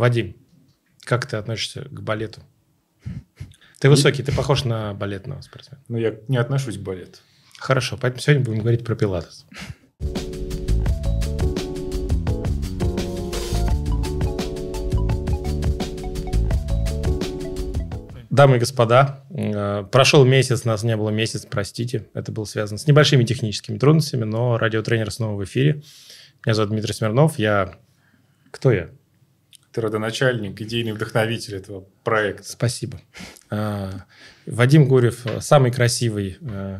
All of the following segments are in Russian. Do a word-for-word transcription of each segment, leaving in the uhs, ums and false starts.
Вадим, как ты относишься к балету? Ты высокий, ты похож на балетного спортсмена. Ну, я не отношусь к балету. Хорошо, поэтому сегодня будем говорить про пилатес. Дамы и господа, прошел месяц, нас не было месяц, простите. Это было связано с небольшими техническими трудностями, но радиотренер снова в эфире. Меня зовут Дмитрий Смирнов. Я... Кто я? Ты родоначальник, идейный вдохновитель этого проекта. Спасибо. Вадим Гурьев, самый красивый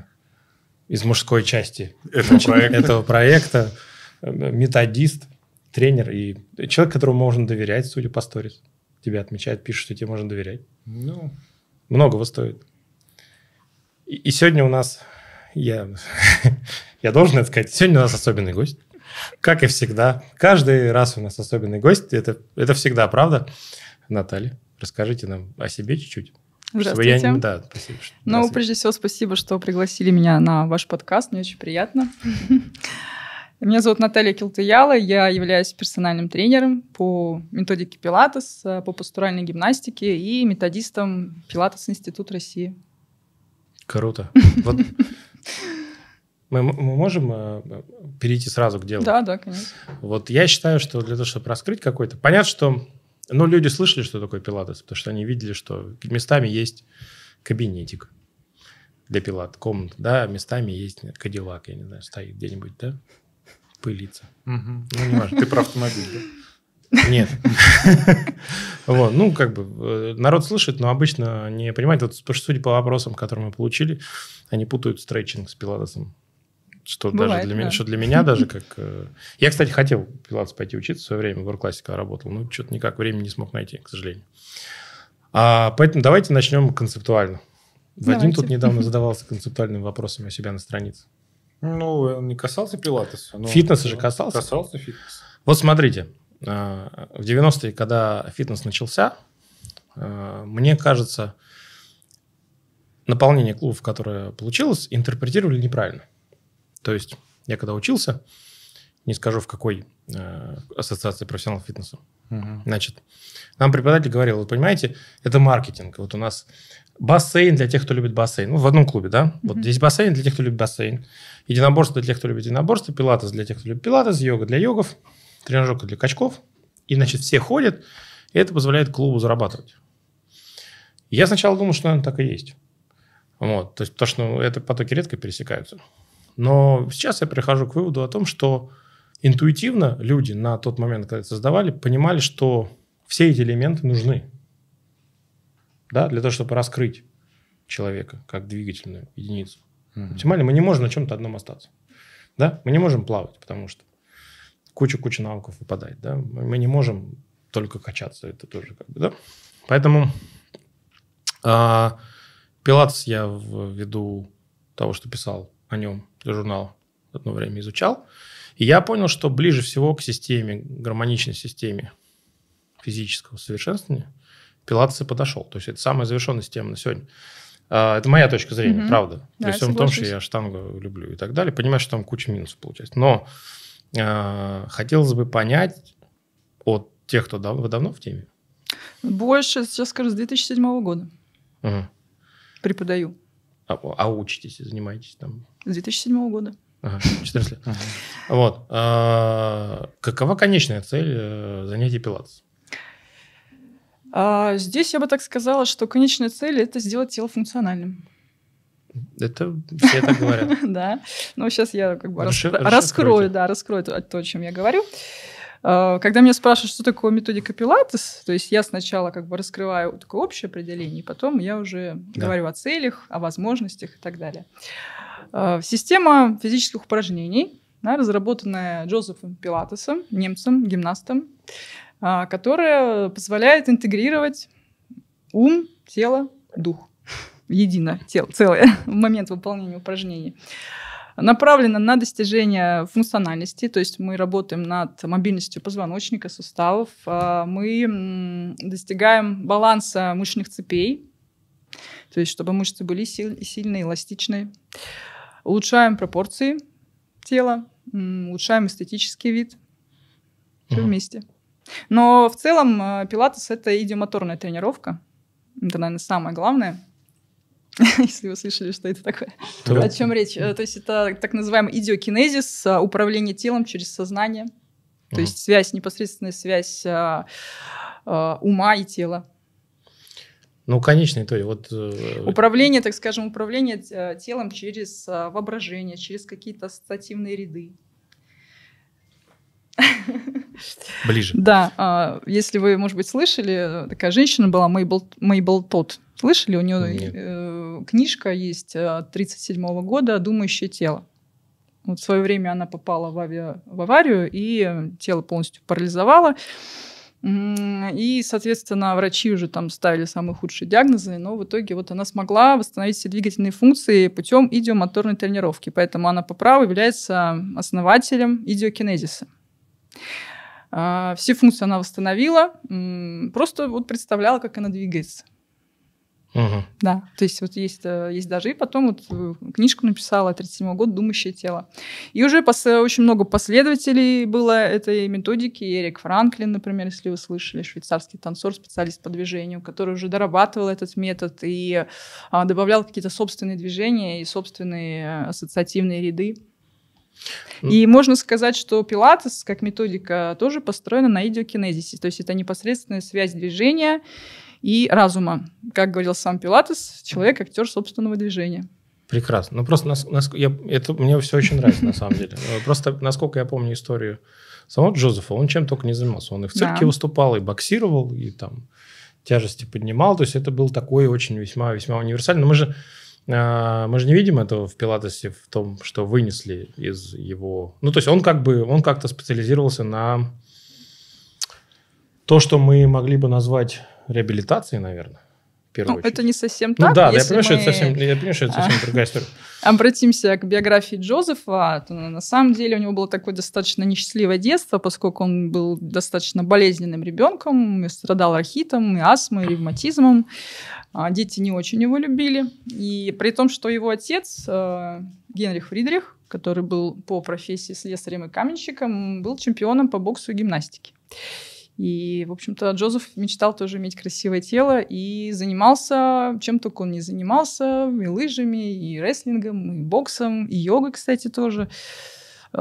из мужской части этого проекта, этого проекта, методист, тренер и человек, которому можно доверять, судя по сторис. Тебя отмечают, пишут, что тебе можно доверять. Ну, многого стоит. И, и сегодня у нас, я, я должен это сказать, сегодня у нас особенный гость. Как и всегда. Каждый раз у нас особенный гость. Это, это всегда правда. Наталья, расскажите нам о себе чуть-чуть. Здравствуйте. Я, да, спасибо. Ну, прежде всего, спасибо, что пригласили меня на ваш подкаст. Мне очень приятно. Меня зовут Наталья Килтыяла. Я являюсь персональным тренером по методике пилатес, по постуральной гимнастике и методистом Пилатес Институт России. Круто. Вот мы, мы можем перейти сразу к делу? Да, да, конечно. Вот я считаю, что для того, чтобы раскрыть какой-то... Понятно, что ну, люди слышали, что такое пилатес, потому что они видели, что местами есть кабинетик для пилат, комната, да, местами есть кадиллак, я не знаю, стоит где-нибудь, да, пылится. Угу. Ну, не важно. Ты про автомобиль, да? Нет. Вот, ну, как бы, народ слышит, но обычно не понимает. Вот, судя по вопросам, которые мы получили, они путают стретчинг с пилатесом. Что Бывает, даже для да. меня, что для меня даже как... Я, кстати, хотел пилатес пойти учиться в свое время, в World-классе, когда работал, но что-то никак времени не смог найти, к сожалению. А, поэтому давайте начнем концептуально. Вадим Давайте. тут недавно задавался концептуальными вопросами у себя на странице. Ну, он не касался пилатеса. Но... Фитнеса же касался? Касался фитнеса. Вот смотрите, в девяностые, когда фитнес начался, мне кажется, наполнение клубов, которое получилось, интерпретировали неправильно. То есть я когда учился, не скажу в какой ассоциации профессионалов фитнеса, Угу. значит, нам преподаватель говорил, вот понимаете, это маркетинг. Вот у нас бассейн для тех, кто любит бассейн. Ну, в одном клубе, да? Mm-hmm. Вот здесь бассейн для тех, кто любит бассейн. Единоборство для тех, кто любит единоборство. Пилатес для тех, кто любит пилатес. Йога для йогов. Тренажерка для качков. И, значит, все ходят. И это позволяет клубу зарабатывать. Я сначала думал, что, наверное, так и есть. Вот. То есть, потому что ну, это потоки редко пересекаются. Но сейчас я прихожу к выводу о том, что интуитивно люди на тот момент, когда это создавали, понимали, что все эти элементы нужны. Да, для того, чтобы раскрыть человека как двигательную единицу. Mm-hmm. Оптимально мы не можем на чем-то одном остаться. Да? Мы не можем плавать, потому что куча-куча навыков выпадает. Да? Мы не можем только качаться. Это тоже как бы, да? Поэтому э, пилатес я ввиду того, что писал о нем для журнала, одно время изучал. И я понял, что ближе всего к системе, гармоничной системе физического совершенствования пилатес и подошел. То есть, это самая завершенная система на сегодня. Это моя точка зрения, mm-hmm. правда. Да, При всем том, что я штангу люблю и так далее. Понимаю, что там куча минусов получается. Но э, хотелось бы понять от тех, кто дав- вы давно в теме. Больше, сейчас скажу, с две тысячи седьмого года Угу. преподаю. А, а учитесь и занимаетесь там? С две тысячи седьмого года. Ага, четырнадцать лет. Вот. А, какова конечная цель занятий пилатес? А здесь я бы так сказала, что конечная цель – это сделать тело функциональным. Это все так говорят. Да. Ну, сейчас я как бы Расшиф- раскрою, расшифруйте. да, раскрою то, то, о чем я говорю. А, Когда меня спрашивают, что такое методика пилатес, то есть я сначала как бы раскрываю такое общее определение, потом я уже Да. говорю о целях, о возможностях и так далее. А, Система физических упражнений, да, разработанная Джозефом Пилатесом, немцем, гимнастом, а, которая позволяет интегрировать ум, тело, дух едино, тело, целое в момент выполнения упражнений. Направлена на достижение функциональности, то есть мы работаем над мобильностью позвоночника, суставов, а, мы м, достигаем баланса мышечных цепей, то есть чтобы мышцы были силь- сильные, эластичные, улучшаем пропорции тела, м, улучшаем эстетический вид, все Мгм. вместе. Но в целом пилатес – это идиомоторная тренировка. Это, наверное, самое главное. Если вы слышали, что это такое. Да. О чем речь? То есть это так называемый идиокинезис, управление телом через сознание. То uh-huh. есть связь, непосредственная связь а, а, ума и тела. Ну, конечно, то есть вот... Управление, так скажем, управление телом через воображение, через какие-то ассоциативные ряды. Ближе. Да, если вы, может быть, слышали, такая женщина была, Мейбл, Мейбл Тодд. Слышали? У нее э, книжка есть тридцать седьмого года «Думающее тело». Вот в свое время она попала в, авиа, в аварию, и тело полностью парализовало. И, соответственно, врачи уже там ставили самые худшие диагнозы, но в итоге вот она смогла восстановить все двигательные функции путем идиомоторной тренировки. Поэтому она по праву является основателем идиокинезиса. Все функции она восстановила, просто вот представляла, как она двигается. Угу. Да, то есть вот есть, есть даже и потом вот книжку написала тридцать седьмого года «Думающее тело». И уже пос, очень много последователей было этой методики. Эрик Франклин, например, если вы слышали, швейцарский танцор, специалист по движению, который уже дорабатывал этот метод и а, добавлял какие-то собственные движения и собственные ассоциативные ряды. Mm. И можно сказать, что пилатес как методика тоже построена на идиокинезисе, то есть это непосредственная связь движения и разума. Как говорил сам Пилатес, человек – актер собственного движения. Прекрасно. Ну, просто нас, нас, я, это, мне все очень нравится, на самом деле. Просто, насколько я помню историю самого Джозефа, он чем только не занимался. Он и в цирке да. выступал, и боксировал, и там тяжести поднимал. То есть это был такой очень весьма-весьма универсальный. Но мы же, э, мы же не видим этого в Пилатесе, в том, что вынесли из его... Ну, то есть он как бы, он как-то специализировался на то, что мы могли бы назвать... реабилитации, наверное, в первую ну, очередь. Это не совсем ну, так. Да, я понимаю, что это совсем, я понимаю, что это совсем другая история. Обратимся к биографии Джозефа. То, на самом деле у него было такое достаточно несчастливое детство, поскольку он был достаточно болезненным ребенком, страдал рахитом, и астмой, и ревматизмом. Дети не очень его любили. И при том, что его отец, Генрих Фридрих, который был по профессии слесарем и каменщиком, был чемпионом по боксу и гимнастике. И, в общем-то, Джозеф мечтал тоже иметь красивое тело и занимался, чем только он не занимался, и лыжами, и рестлингом, и боксом, и йогой, кстати, тоже. И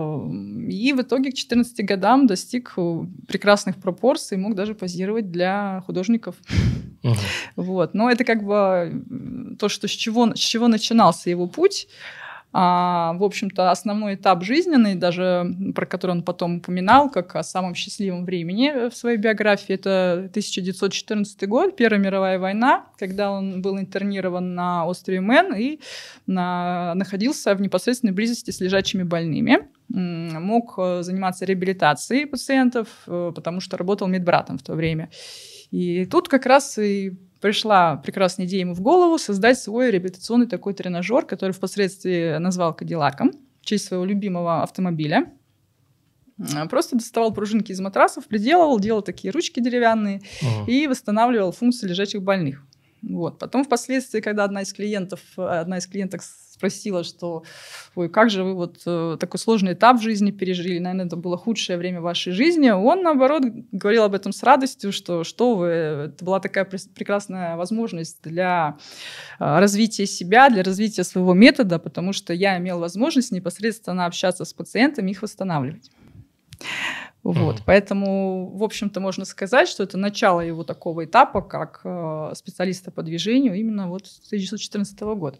в итоге к четырнадцати годам достиг прекрасных пропорций, мог даже позировать для художников. Uh-huh. Вот. Но это как бы то, что с чего, с чего начинался его путь. А, в общем-то, основной этап жизненный, даже про который он потом упоминал, как о самом счастливом времени в своей биографии, это тысяча девятьсот четырнадцатый год, Первая мировая война, когда он был интернирован на острове Мэн и на, находился в непосредственной близости с лежачими больными. Мог заниматься реабилитацией пациентов, потому что работал медбратом в то время. И тут как раз и пришла прекрасная идея ему в голову создать свой реабилитационный такой тренажер, который впоследствии назвал Кадиллаком в честь своего любимого автомобиля. Просто доставал пружинки из матрасов, приделывал, делал такие ручки деревянные uh-huh. и восстанавливал функции лежачих больных. Вот. Потом впоследствии, когда одна из клиентов, одна из клиенток спросила, что ой, как же вы вот э, такой сложный этап в жизни пережили, наверное, это было худшее время вашей жизни, он, наоборот, говорил об этом с радостью, что что вы, это была такая прекрасная возможность для э, развития себя, для развития своего метода, потому что я имел возможность непосредственно общаться с пациентами, их восстанавливать. Вот, mm-hmm. Поэтому, в общем-то, можно сказать, что это начало его такого этапа, как э, специалиста по движению, именно вот с тысяча девятьсот четырнадцатого года.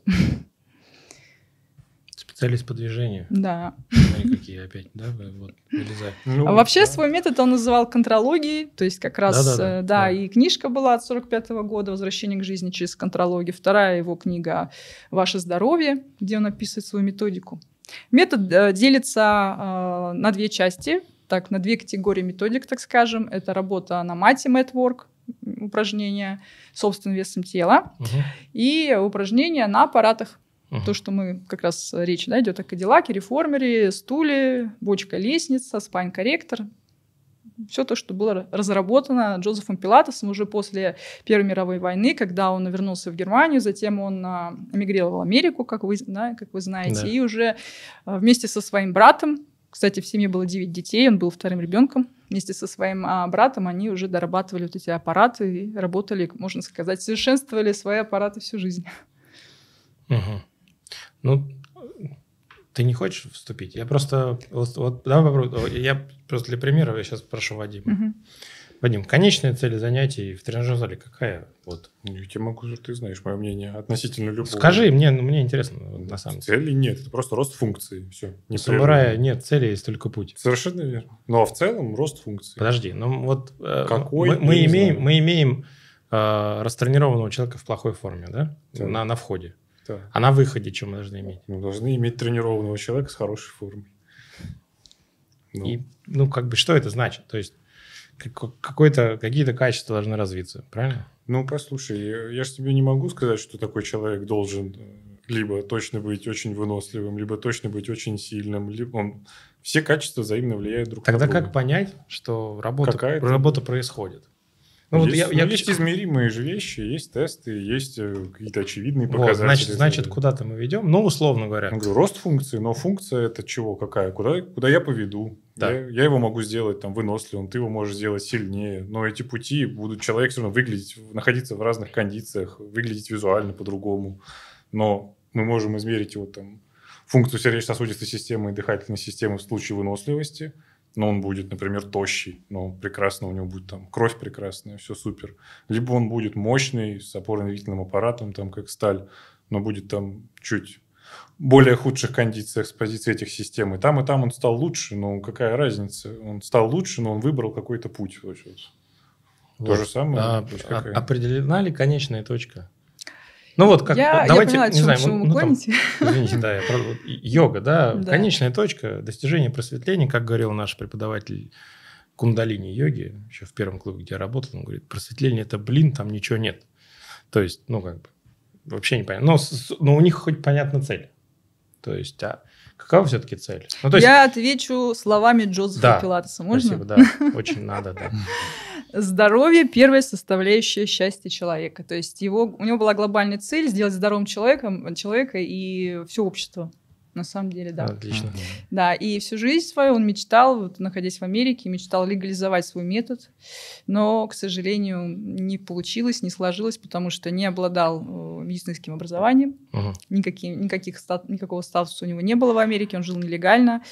Специалист по движению? Да. Смотри, какие опять, да, вот, вылезают. Ну, а вообще да. свой метод он называл контрологией, то есть как раз, да, да, да, да, да. и книжка была от сорок пятого года «Возвращение к жизни через контрологию», вторая его книга «Ваше здоровье», где он описывает свою методику. Метод э, делится э, на две части. Так, на две категории методик, так скажем. Это работа на мате, мэтворк, упражнения собственным весом тела, uh-huh. и упражнения на аппаратах. Uh-huh. То, что мы, как раз речь да, идет о Кадиллаке, реформере, стуле, бочка лестница, спайн-корректор. Все то, что было разработано Джозефом Пилатесом уже после Первой мировой войны, когда он вернулся в Германию, затем он эмигрировал в Америку, как вы, да, как вы знаете, да. и уже вместе со своим братом, кстати, в семье было девять детей, он был вторым ребенком вместе со своим а, братом они уже дорабатывали вот эти аппараты и работали, можно сказать, совершенствовали свои аппараты всю жизнь. Угу. Ну, ты не хочешь вступить? Я просто... Вот, вот, давай попробуем. Я просто для примера, я сейчас прошу Вадима. Угу. Вадим, конечная цель занятий в тренажерном зале какая? Вот. Я тебе могу, ты знаешь мое мнение относительно любого. Скажи, мне, ну, мне интересно, на самом деле. Цели нет, это просто рост функций. Все. У самурая нет цели, есть только путь. Совершенно верно. Ну, а в целом рост функций. Подожди, ну вот Какой? мы, мы, имеем, мы имеем э, растренированного человека в плохой форме, да? Да. На, на входе. Да. А на выходе что мы должны иметь? Мы должны иметь тренированного человека с хорошей формой. Ну, И, ну как бы, что это значит? То есть, какой-то, какие-то качества должны развиться, правильно? ну послушай, я, я же тебе не могу сказать, что такой человек должен либо точно быть очень выносливым, либо точно быть очень сильным. Либо он... Все качества взаимно влияют друг Тогда на друга. как понять, что работа, Какая-то- работа происходит? Ну, есть, вот я, ну, я- есть измеримые же вещи, есть тесты, есть э, какие-то очевидные Вот, показатели. значит, и так значит, далее. куда-то мы ведем. Ну, условно говоря. Я говорю, рост функции, но функция это чего, какая? Куда, куда я поведу? Да. Я, я его могу сделать там выносливым, ты его можешь сделать сильнее. Но эти пути будут человек все равно выглядеть, находиться в разных кондициях, выглядеть визуально по-другому. Но мы можем измерить его там функцию сердечно-сосудистой системы и дыхательной системы в случае выносливости. Но он будет, например, тощий, но прекрасно, у него будет там кровь прекрасная, все супер. Либо он будет мощный, с опорно-двигательным аппаратом, там как сталь, но будет там чуть более худших кондициях с позиции этих систем. И там, и там он стал лучше, но какая разница? Он стал лучше, но он выбрал какой-то путь. Вот. Вот. То же самое. А, то есть а- какая- определена ли конечная точка? Ну вот как, Я, вот я давайте, поняла, о не чем, знаю, что ну, вы ну, там, клоните. извините, да, я про- вот йога, да, Да. конечная точка достижения просветления, как говорил наш преподаватель кундалини йоги, еще в первом клубе, где я работал, он говорит, просветление это, блин, там ничего нет. То есть, ну, как бы, вообще непонятно. Но, с- но у них хоть понятна цель. То есть, а какова все-таки цель? Ну, то есть, Я отвечу словами Джозефа Да. Пилатеса. Можно? спасибо, да, очень надо, да. Здоровье – первая составляющая счастья человека. То есть его, у него была глобальная цель сделать здоровым человеком, человека и все общество. На самом деле, да. Отлично. Да, и всю жизнь свою он мечтал, вот, находясь в Америке, мечтал легализовать свой метод, но, к сожалению, не получилось, не сложилось, потому что не обладал э, медицинским образованием, Мгм. никаким, никаких, ста- никакого статуса у него не было в Америке, он жил нелегально.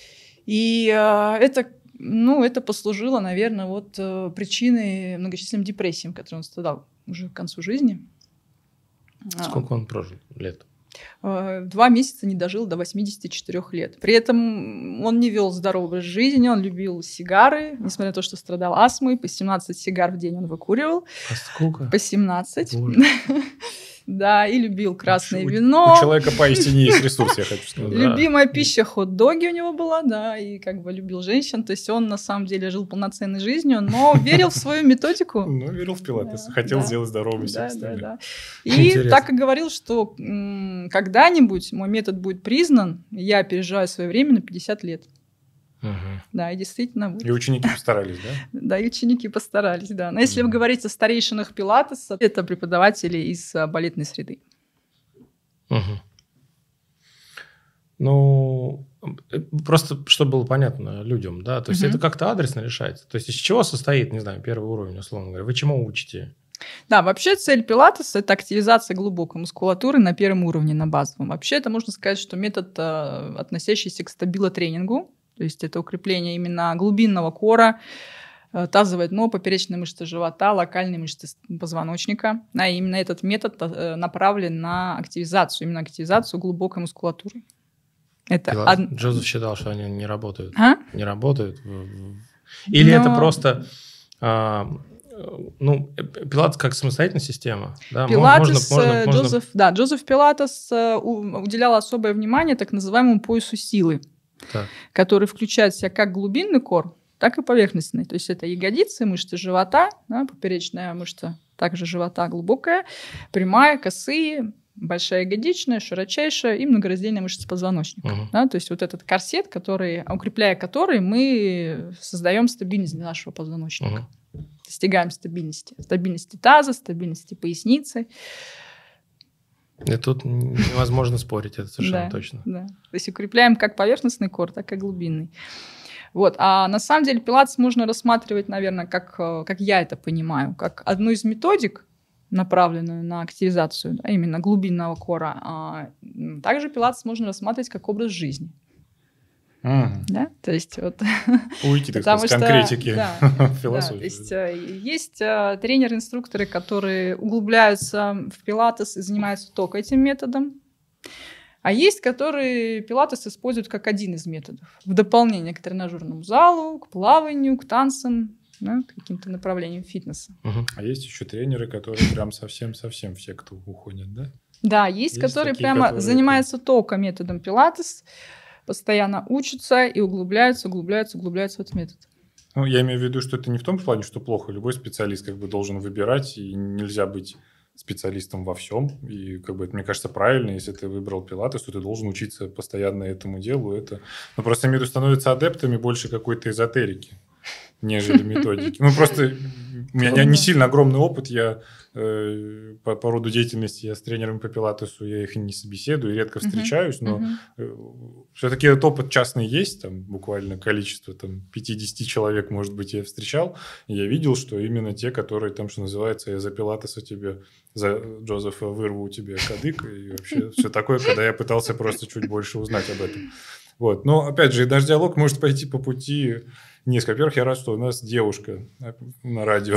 И э, это, ну, это послужило, наверное, вот, э, причиной многочисленным депрессиям, которые он страдал уже к концу жизни. А, Сколько он прожил лет? э, Два месяца не дожил до восьмидесяти четырёх лет. При этом он не вел здоровый образ жизни, он любил сигары, несмотря на то, что страдал астмой. По семнадцать сигар в день он выкуривал. А сколько? По семнадцать. Боже. Да, и любил красное У- вино. У человека поистине есть ресурс, я хочу сказать. Да. Любимая пища хот-доги у него была, да, и как бы любил женщин. То есть он на самом деле жил полноценной жизнью, но верил в свою методику. Ну, верил в пилатес. Да, Хотел да. сделать здоровым всех Да, да, остальных. да. И Интересно. так и говорил, что м, когда-нибудь мой метод будет признан, я опережаю свое время на пятьдесят лет. Мгм. Да, и действительно И будет. ученики постарались, да? Да, и ученики постарались, да. Но если вы говорите о старейшинах пилатеса, это преподаватели из а, балетной среды. Мгм. Ну, э, просто чтобы было понятно людям, да, то есть Мгм. это как-то адресно решается. То есть из чего состоит, не знаю, первый уровень, условно говоря, вы чему учите? Да, вообще цель пилатеса – это активизация глубокой мускулатуры на первом уровне, на базовом. Вообще это можно сказать, что метод, а, относящийся к стабилотренингу, то есть это укрепление именно глубинного кора, а, тазовое дно, поперечные мышцы живота, локальные мышцы с- позвоночника. А именно этот метод а, направлен на активизацию, именно активизацию глубокой мускулатуры. Это Пила- од- Джозеф считал, что они не работают. А? Не работают. в- в- Или Но- это просто... а, э, ну, э, Пилатес как самостоятельная система. Да? Мо- Пилатес, можно- можно- э, можно- Джозеф, да, Джозеф Пилатес э, у- уделял особое внимание так называемому поясу силы, Так. который включает в себя как глубинный кор, так и поверхностный. То есть это ягодицы, мышцы живота, да, поперечная мышца также живота глубокая, прямая, косые, большая ягодичная, широчайшая и многораздельная мышца позвоночника. Мгм. Да, то есть вот этот корсет, который, укрепляя который, мы создаем стабильность для нашего позвоночника. Мгм. Достигаем стабильности. Стабильности таза, стабильности поясницы. И тут невозможно спорить, это совершенно Да, точно. да. То есть укрепляем как поверхностный кор, так и глубинный. Вот. А на самом деле пилатес можно рассматривать, наверное, как, как я это понимаю, как одну из методик, направленную на активизацию, да, именно глубинного кора. А также пилатес можно рассматривать как образ жизни. Угу. Да? То есть вот... Уйти, так сказать, с конкретики да, философии. Да, то есть есть тренеры-инструкторы, которые углубляются в пилатес и занимаются только этим методом. А есть, которые пилатес используют как один из методов. В дополнение к тренажерному залу, к плаванию, к танцам, да, к каким-то направлениям фитнеса. Угу. А есть еще тренеры, которые прям совсем-совсем все, кто уходят, да? Да, есть, есть которые такие, прямо которые... занимаются только методом пилатес, постоянно учатся и углубляются, углубляются, углубляются в этот метод. Ну, я имею в виду, что это не в том плане, что плохо. Любой специалист как бы должен выбирать, и нельзя быть специалистом во всем. И, как бы, это, мне кажется, правильно. Если ты выбрал пилатес, то ты должен учиться постоянно этому делу. Это... Ну, просто имею в виду, становятся адептами больше какой-то эзотерики, нежели методики. Ну, просто у меня не сильно огромный опыт. Я э, по, по роду деятельности я с тренерами по пилатесу, я их не собеседую, редко встречаюсь, но э, все-таки этот опыт частный есть, там буквально количество, там, пятьдесят человек, может быть, я встречал, и я видел, что именно те, которые там, что называется, я за пилатеса тебе, за Джозефа вырву у тебя кадык, и вообще все такое, когда я пытался просто чуть больше узнать об этом. Вот. Но, опять же, наш диалог может пойти по пути несколько. Во-первых, я рад, что у нас девушка на радио.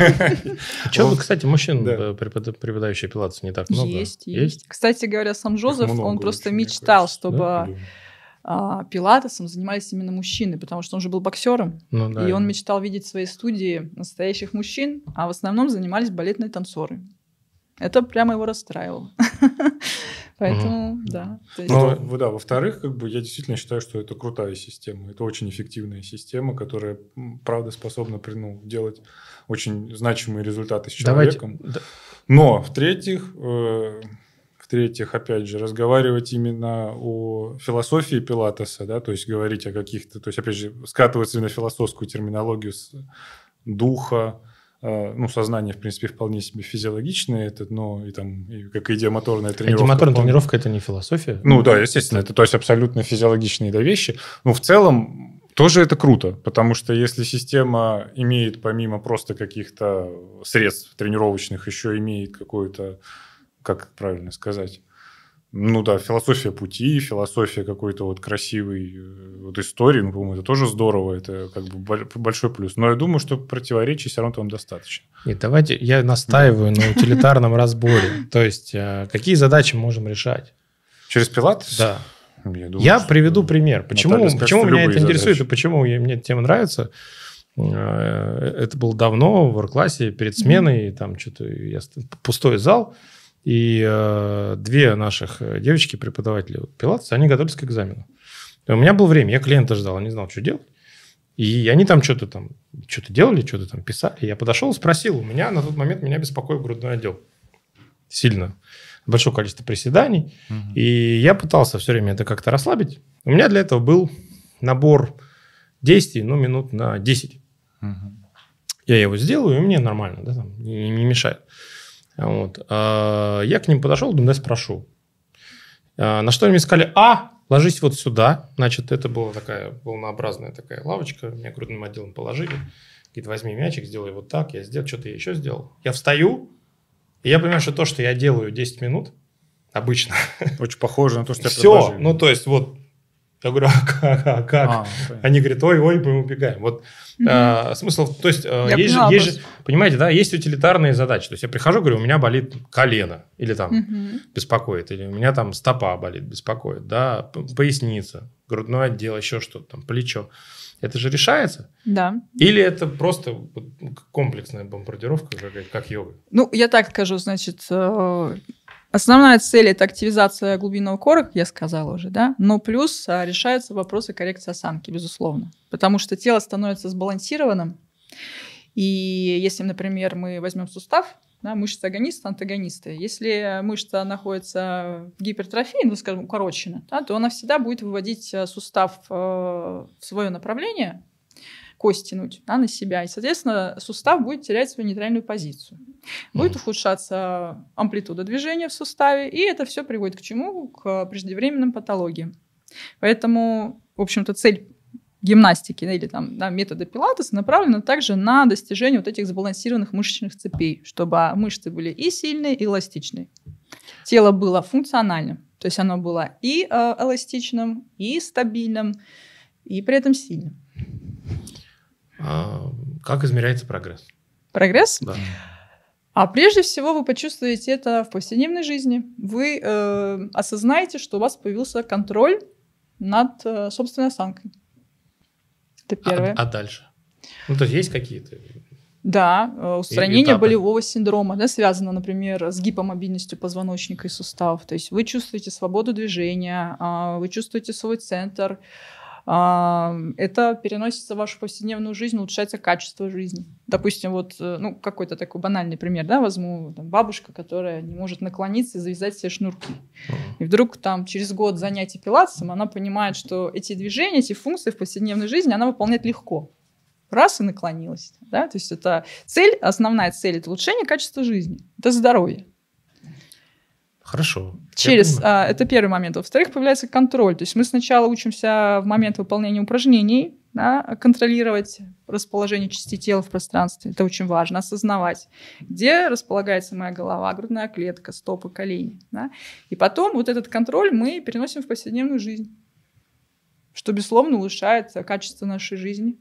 Чего, кстати, мужчин, преподающих пилатес, не так много? Есть, есть. Кстати говоря, сам Джозеф, он просто мечтал, чтобы пилатесом занимались именно мужчины, потому что он же был боксером, и он мечтал видеть в своей студии настоящих мужчин, а в основном занимались балетные танцоры. Это прямо его расстраивало. Поэтому, угу. да. Есть... Но, да. Во-вторых, как бы, я действительно считаю, что это крутая система. Это очень эффективная система, которая, правда, способна ну, делать очень значимые результаты с человеком. Давайте... Но, в-третьих, э, в-третьих, опять же, разговаривать именно о философии пилатеса, да, то есть говорить о каких-то... То есть, опять же, скатываться на философскую терминологию с духа, ну, сознание, в принципе, вполне себе физиологичное, это, но и там, и как идиомоторная тренировка. Идиомоторная тренировка – это не философия? Ну, да, естественно, это то есть абсолютно физиологичные да, вещи. Но в целом тоже это круто, потому что если система имеет, помимо просто каких-то средств тренировочных, еще имеет какую-то, как правильно сказать, ну да, философия пути, философия какой-то вот красивой вот истории, ну, по-моему, это тоже здорово, это как бы большой плюс. Но я думаю, что противоречий все равно там достаточно. Нет, давайте я настаиваю на утилитарном разборе. То есть, какие задачи можем решать? Через пилатес? Да. Я приведу пример. Почему меня это интересует и почему мне эта тема нравится? Это было давно, в ворк-классе, перед сменой, там что-то пустой зал. И э, две наших девочки, преподаватели пилатеса, они готовились к экзамену. И у меня было время, я клиента ждал, я не знал, что делать. И они там что-то там что-то делали, что-то там писали. Я подошел и спросил, у меня на тот момент меня беспокоил грудной отдел. Сильно. Большое количество приседаний. Угу. И я пытался все время это как-то расслабить. У меня для этого был набор действий, ну, минут на десять. Угу. Я его сделаю, и мне нормально, да, там, не, не мешает. Вот. А я к ним подошел, думаю, да, спрошу. А, на что они мне сказали, а, ложись вот сюда. Значит, это была такая волнообразная такая лавочка. Меня грудным отделом положили. Говорит, возьми мячик, сделай вот так. Я сделал, что-то я еще сделал. Я встаю, и я понимаю, что то, что я делаю десять минут, обычно. Очень похоже на то, что я предложил. Все, ну, то есть, вот, я говорю, а как? А, как? А, они говорят, ой-ой, мы убегаем. Вот mm-hmm. а, смысл, то есть, я есть, же, есть же, понимаете, да, есть утилитарные задачи. То есть, я прихожу, говорю, у меня болит колено, или там mm-hmm. беспокоит, или у меня там стопа болит, беспокоит, да, поясница, грудной отдел, еще что-то, там, плечо. Это же решается? Да. Или это просто комплексная бомбардировка, как, как йога? Ну, я так скажу, значит... Основная цель – это активизация глубинного кора, как я сказала уже, да, но плюс а, решаются вопросы коррекции осанки, безусловно, потому что тело становится сбалансированным, и если, например, мы возьмем сустав, да, мышцы агониста, антагониста, если мышца находится в гипертрофии, ну, скажем, укорочена, да, то она всегда будет выводить сустав э, в свое направление, кость тянуть, да, на себя. И, соответственно, сустав будет терять свою нейтральную позицию. Будет ухудшаться амплитуда движения в суставе, и это все приводит к чему? К преждевременным патологиям. Поэтому, в общем-то, цель гимнастики или там, да, метода пилатеса направлены также на достижение вот этих сбалансированных мышечных цепей, чтобы мышцы были и сильные, и эластичные. Тело было функциональным, то есть оно было и э, эластичным, и стабильным, и при этом сильным. А как измеряется прогресс? Прогресс? Да. А прежде всего вы почувствуете это в повседневной жизни. Вы э, осознаете, что у вас появился контроль над э, собственной осанкой. Это первое. А, а дальше? Ну, то есть есть какие-то... Да, э, устранение этапы. болевого синдрома, да, связано, например, с гипомобильностью позвоночника и суставов. То есть вы чувствуете свободу движения, э, вы чувствуете свой центр. Э, это переносится в вашу повседневную жизнь, улучшается качество жизни. Допустим, вот, э, ну, какой-то такой банальный пример, да, возьму там, бабушка, которая не может наклониться и завязать все шнурки. Uh-huh. И вдруг там через год занятий пилатесом она понимает, что эти движения, эти функции в повседневной жизни она выполняет легко. Раз и наклонилась. Да? То есть это цель, основная цель – это улучшение качества жизни, это здоровье. Хорошо. Через, а, это первый момент. Во-вторых, появляется контроль. То есть мы сначала учимся в момент выполнения упражнений, да, контролировать расположение частей тела в пространстве. Это очень важно, осознавать, где располагается моя голова, грудная клетка, стопы, колени. Да? И потом вот этот контроль мы переносим в повседневную жизнь, что, безусловно, улучшает качество нашей жизни.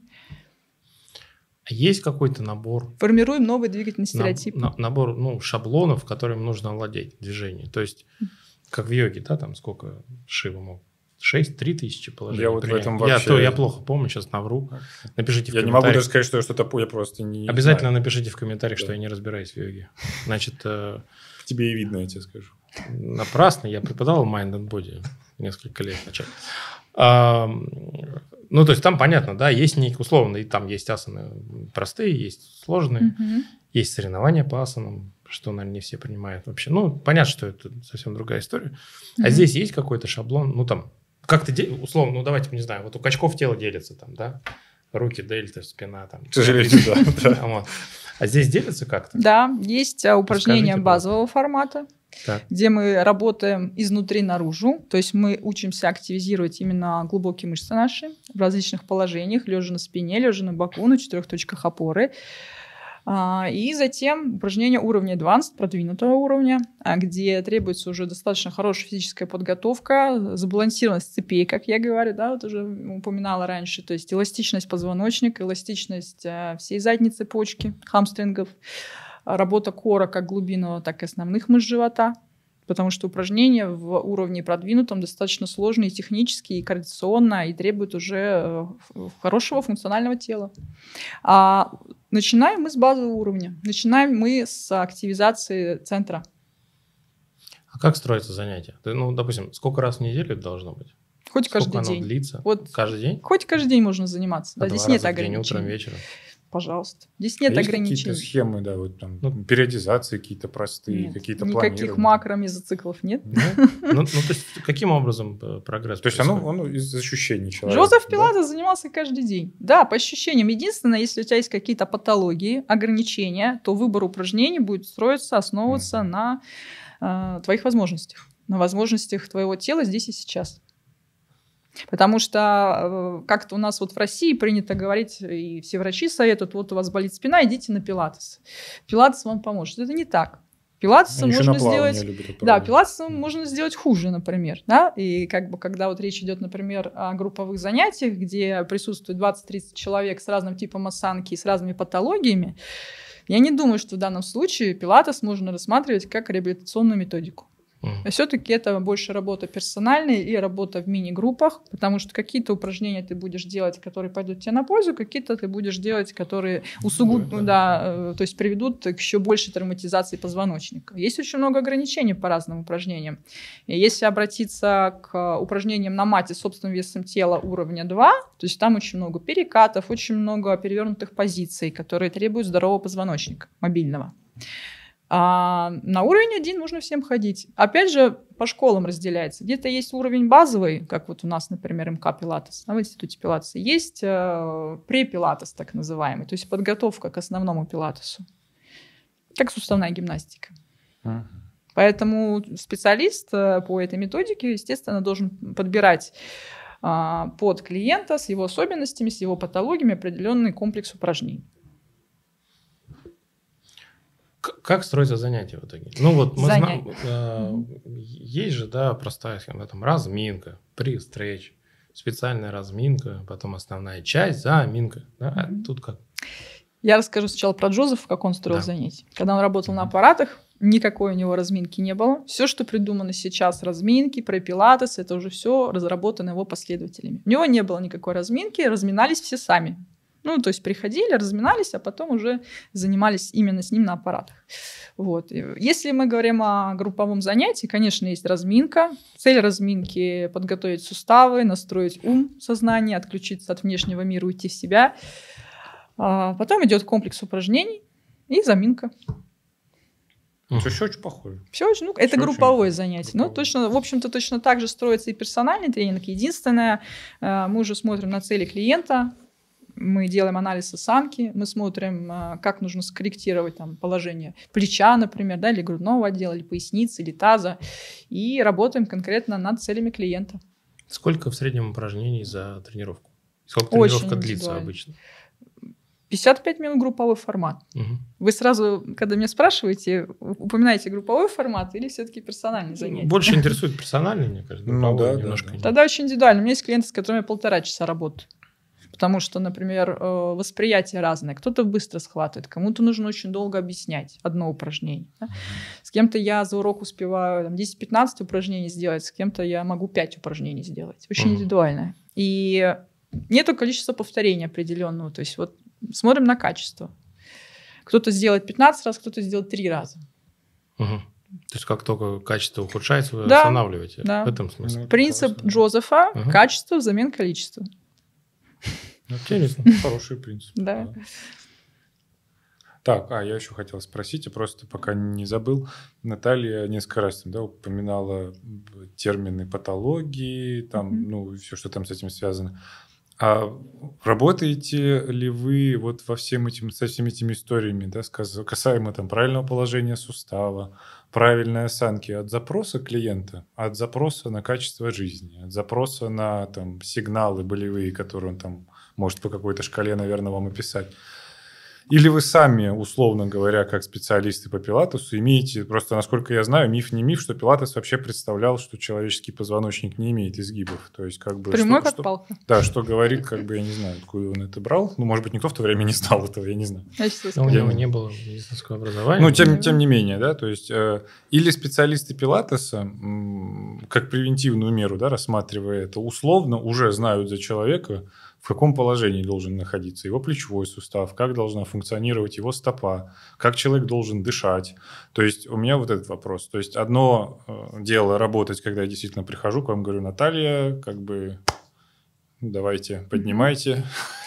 Есть какой-то набор? Формируем новый двигательный стереотип. На, на, набор ну, шаблонов, которыми нужно овладеть движением. То есть, как в йоге, да, там сколько Шива мог? шесть, три тысячи положений. Я вот принять. в этом я, вообще... то, я плохо помню, сейчас навру. Напишите в я комментариях. не могу даже сказать, что я что-то я просто не Обязательно знаю. напишите в комментариях, Да. что я не разбираюсь в йоге. Значит... Э, тебе и видно, я тебе скажу. Напрасно. Я преподавал Mind and Body несколько лет назад. А, ну, то есть там понятно, да, есть некие условно, и там есть асаны простые, есть сложные, Mm-hmm. есть соревнования по асанам, что, наверное, не все принимают вообще. Ну, понятно, что это совсем другая история. А Mm-hmm. здесь есть какой-то шаблон, ну, там, как-то, условно, ну, давайте, не знаю, вот у качков тело делится там, да, руки, дельта, спина там. К сожалению, да. Вот. А здесь делится как-то? Да, есть а, упражнения Расскажите, базового формата, Так. где мы работаем изнутри наружу, то есть мы учимся активизировать именно глубокие мышцы наши в различных положениях, лежа на спине, лежа на боку, на четырех точках опоры. И затем упражнения уровня Advanced, продвинутого уровня, где требуется уже достаточно хорошая физическая подготовка, сбалансированность цепей, как я говорю, да, вот уже упоминала раньше, то есть эластичность позвоночника, эластичность всей задней цепочки, хамстрингов, работа кора как глубинного, так и основных мышц живота, потому что упражнения в уровне продвинутом достаточно сложные и технически, и координационно, и требуют уже хорошего функционального тела. А начинаем мы с базового уровня. Начинаем мы с активизации центра. А как строится занятие? Ты, ну, допустим, сколько раз в неделю это должно быть? Хоть Сколько каждый оно день. длится? Вот Каждый день? Хоть каждый день можно заниматься. А Да, два здесь раза нет в день, ограничений. утром, вечером? Пожалуйста. Здесь нет а есть ограничений. какие-то схемы, да, вот там Ну, периодизации какие-то простые, Нет, какие-то никаких планирования? макро мезоциклов нет. Ну, ну, ну, то есть, каким образом э, прогресс То есть оно, происходит? оно из ощущений человека. Джозеф да? Пилатес занимался каждый день. Да, по ощущениям. Единственное, если у тебя есть какие-то патологии, ограничения, то выбор упражнений будет строиться, основываться Мгм. на э, твоих возможностях, на возможностях твоего тела здесь и сейчас. Потому что э, как-то у нас вот в России принято говорить, и все врачи советуют, вот у вас болит спина, идите на пилатес. Пилатес вам поможет. Это не так. Пилатесом Они еще можно на плавание сделать... любят Да, отправлять. пилатесом можно сделать хуже, например. Да? И как бы, когда вот речь идет, например, о групповых занятиях, где присутствует двадцать-тридцать человек с разным типом осанки и с разными патологиями, я не думаю, что в данном случае пилатес можно рассматривать как реабилитационную методику. Мгм. А все-таки это больше работа персональная и работа в мини-группах, потому что какие-то упражнения ты будешь делать, которые пойдут тебе на пользу, какие-то ты будешь делать, которые усугуб... Да, да, да. э, то есть приведут к еще большей травматизации позвоночника. Есть очень много ограничений по разным упражнениям. И если обратиться к упражнениям на мате с собственным весом тела уровня два, то есть там очень много перекатов, очень много перевернутых позиций, которые требуют здорового позвоночника, мобильного. А на уровень один можно всем ходить. Опять же, по школам разделяется. Где-то есть уровень базовый, как вот у нас, например, МК Пилатес, а в институте Пилатеса. Есть э, препилатес, так называемый, то есть подготовка к основному пилатесу, как суставная гимнастика. Мгм. Поэтому специалист э, по этой методике, естественно, должен подбирать а, под клиента с его особенностями, с его патологиями определенный комплекс упражнений. Как строится занятие в итоге? Ну вот мы Занятие. знаем, э, mm-hmm. есть же, да, простая схема, там разминка, при-стретч, специальная разминка, потом основная часть, заминка. Да? Mm-hmm. А тут как? Я расскажу сначала про Джозефа, как он строил да. занятия. Когда он работал на аппаратах, никакой у него разминки не было. Все, что придумано сейчас, разминки, про пилатес, это уже все разработано его последователями. У него не было никакой разминки, разминались все сами. Ну, то есть приходили, разминались, а потом уже занимались именно с ним на аппаратах. Вот. Если мы говорим о групповом занятии, конечно, есть разминка. Цель разминки – подготовить суставы, настроить ум, сознание, отключиться от внешнего мира, уйти в себя. А потом идет комплекс упражнений и заминка. Все, все очень похоже. Все очень, ну, это групповое занятие. Групповое. Ну, точно, в общем-то, точно так же строится и персональный тренинг. Единственное, мы уже смотрим на цели клиента. Мы делаем анализ осанки, мы смотрим, как нужно скорректировать там, положение плеча, например, да, или грудного отдела, или поясницы, или таза, и работаем конкретно над целями клиента. Сколько в среднем упражнений за тренировку? Сколько Очень тренировка длится обычно? пятьдесят пять минут групповой формат. Угу. Вы сразу, когда меня спрашиваете, упоминаете групповой формат или все-таки персональный занятие? Больше интересует персональный, мне кажется. Ну, да, немножко. Да, да. Тогда очень индивидуально. У меня есть клиенты, с которыми я полтора часа работаю. Потому что, например, восприятие разное. Кто-то быстро схватывает, кому-то нужно очень долго объяснять одно упражнение. Да? С кем-то я за урок успеваю там, десять-пятнадцать упражнений сделать, с кем-то я могу пять упражнений сделать. Очень uh-huh. индивидуально. И нету количества повторений определенного. То есть вот смотрим на качество. Кто-то сделает пятнадцать раз, кто-то сделает три раза. Uh-huh. То есть как только качество ухудшается, вы да, останавливаете? Да. В этом смысле? Принцип классно. Джозефа uh-huh. – качество взамен количества. Интересно, хороший принцип. Да. Так, а я еще хотел спросить, я просто пока не забыл. Наталья несколько раз да, упоминала термины патологии, там, mm-hmm. ну, все, что там с этим связано. А работаете ли вы вот во всем этим, со всеми этими историями, да, касаемо там правильного положения сустава, правильной осанки от запроса клиента, от запроса на качество жизни, от запроса на там сигналы болевые, которые он там может по какой-то шкале, наверное, вам описать? Или вы сами, условно говоря, как специалисты по пилатесу, имеете, просто, насколько я знаю, миф не миф, что пилатес вообще представлял, что человеческий позвоночник не имеет изгибов. То есть, как бы... Прямой что, как что, палка. Да, что говорит, как бы, я не знаю, откуда он это брал. Ну, может быть, никто в то время не знал этого, я не знаю. Но у него не было медицинского образования. Ну, тем, тем не менее, да, то есть... Э, или специалисты пилатеса, м, как превентивную меру, да, рассматривая это, условно уже знают за человека, в каком положении должен находиться его плечевой сустав, как должна функционировать его стопа, как человек должен дышать. То есть у меня вот этот вопрос. То есть одно дело работать, когда я действительно прихожу к вам, говорю: Наталья, как бы давайте, поднимайте.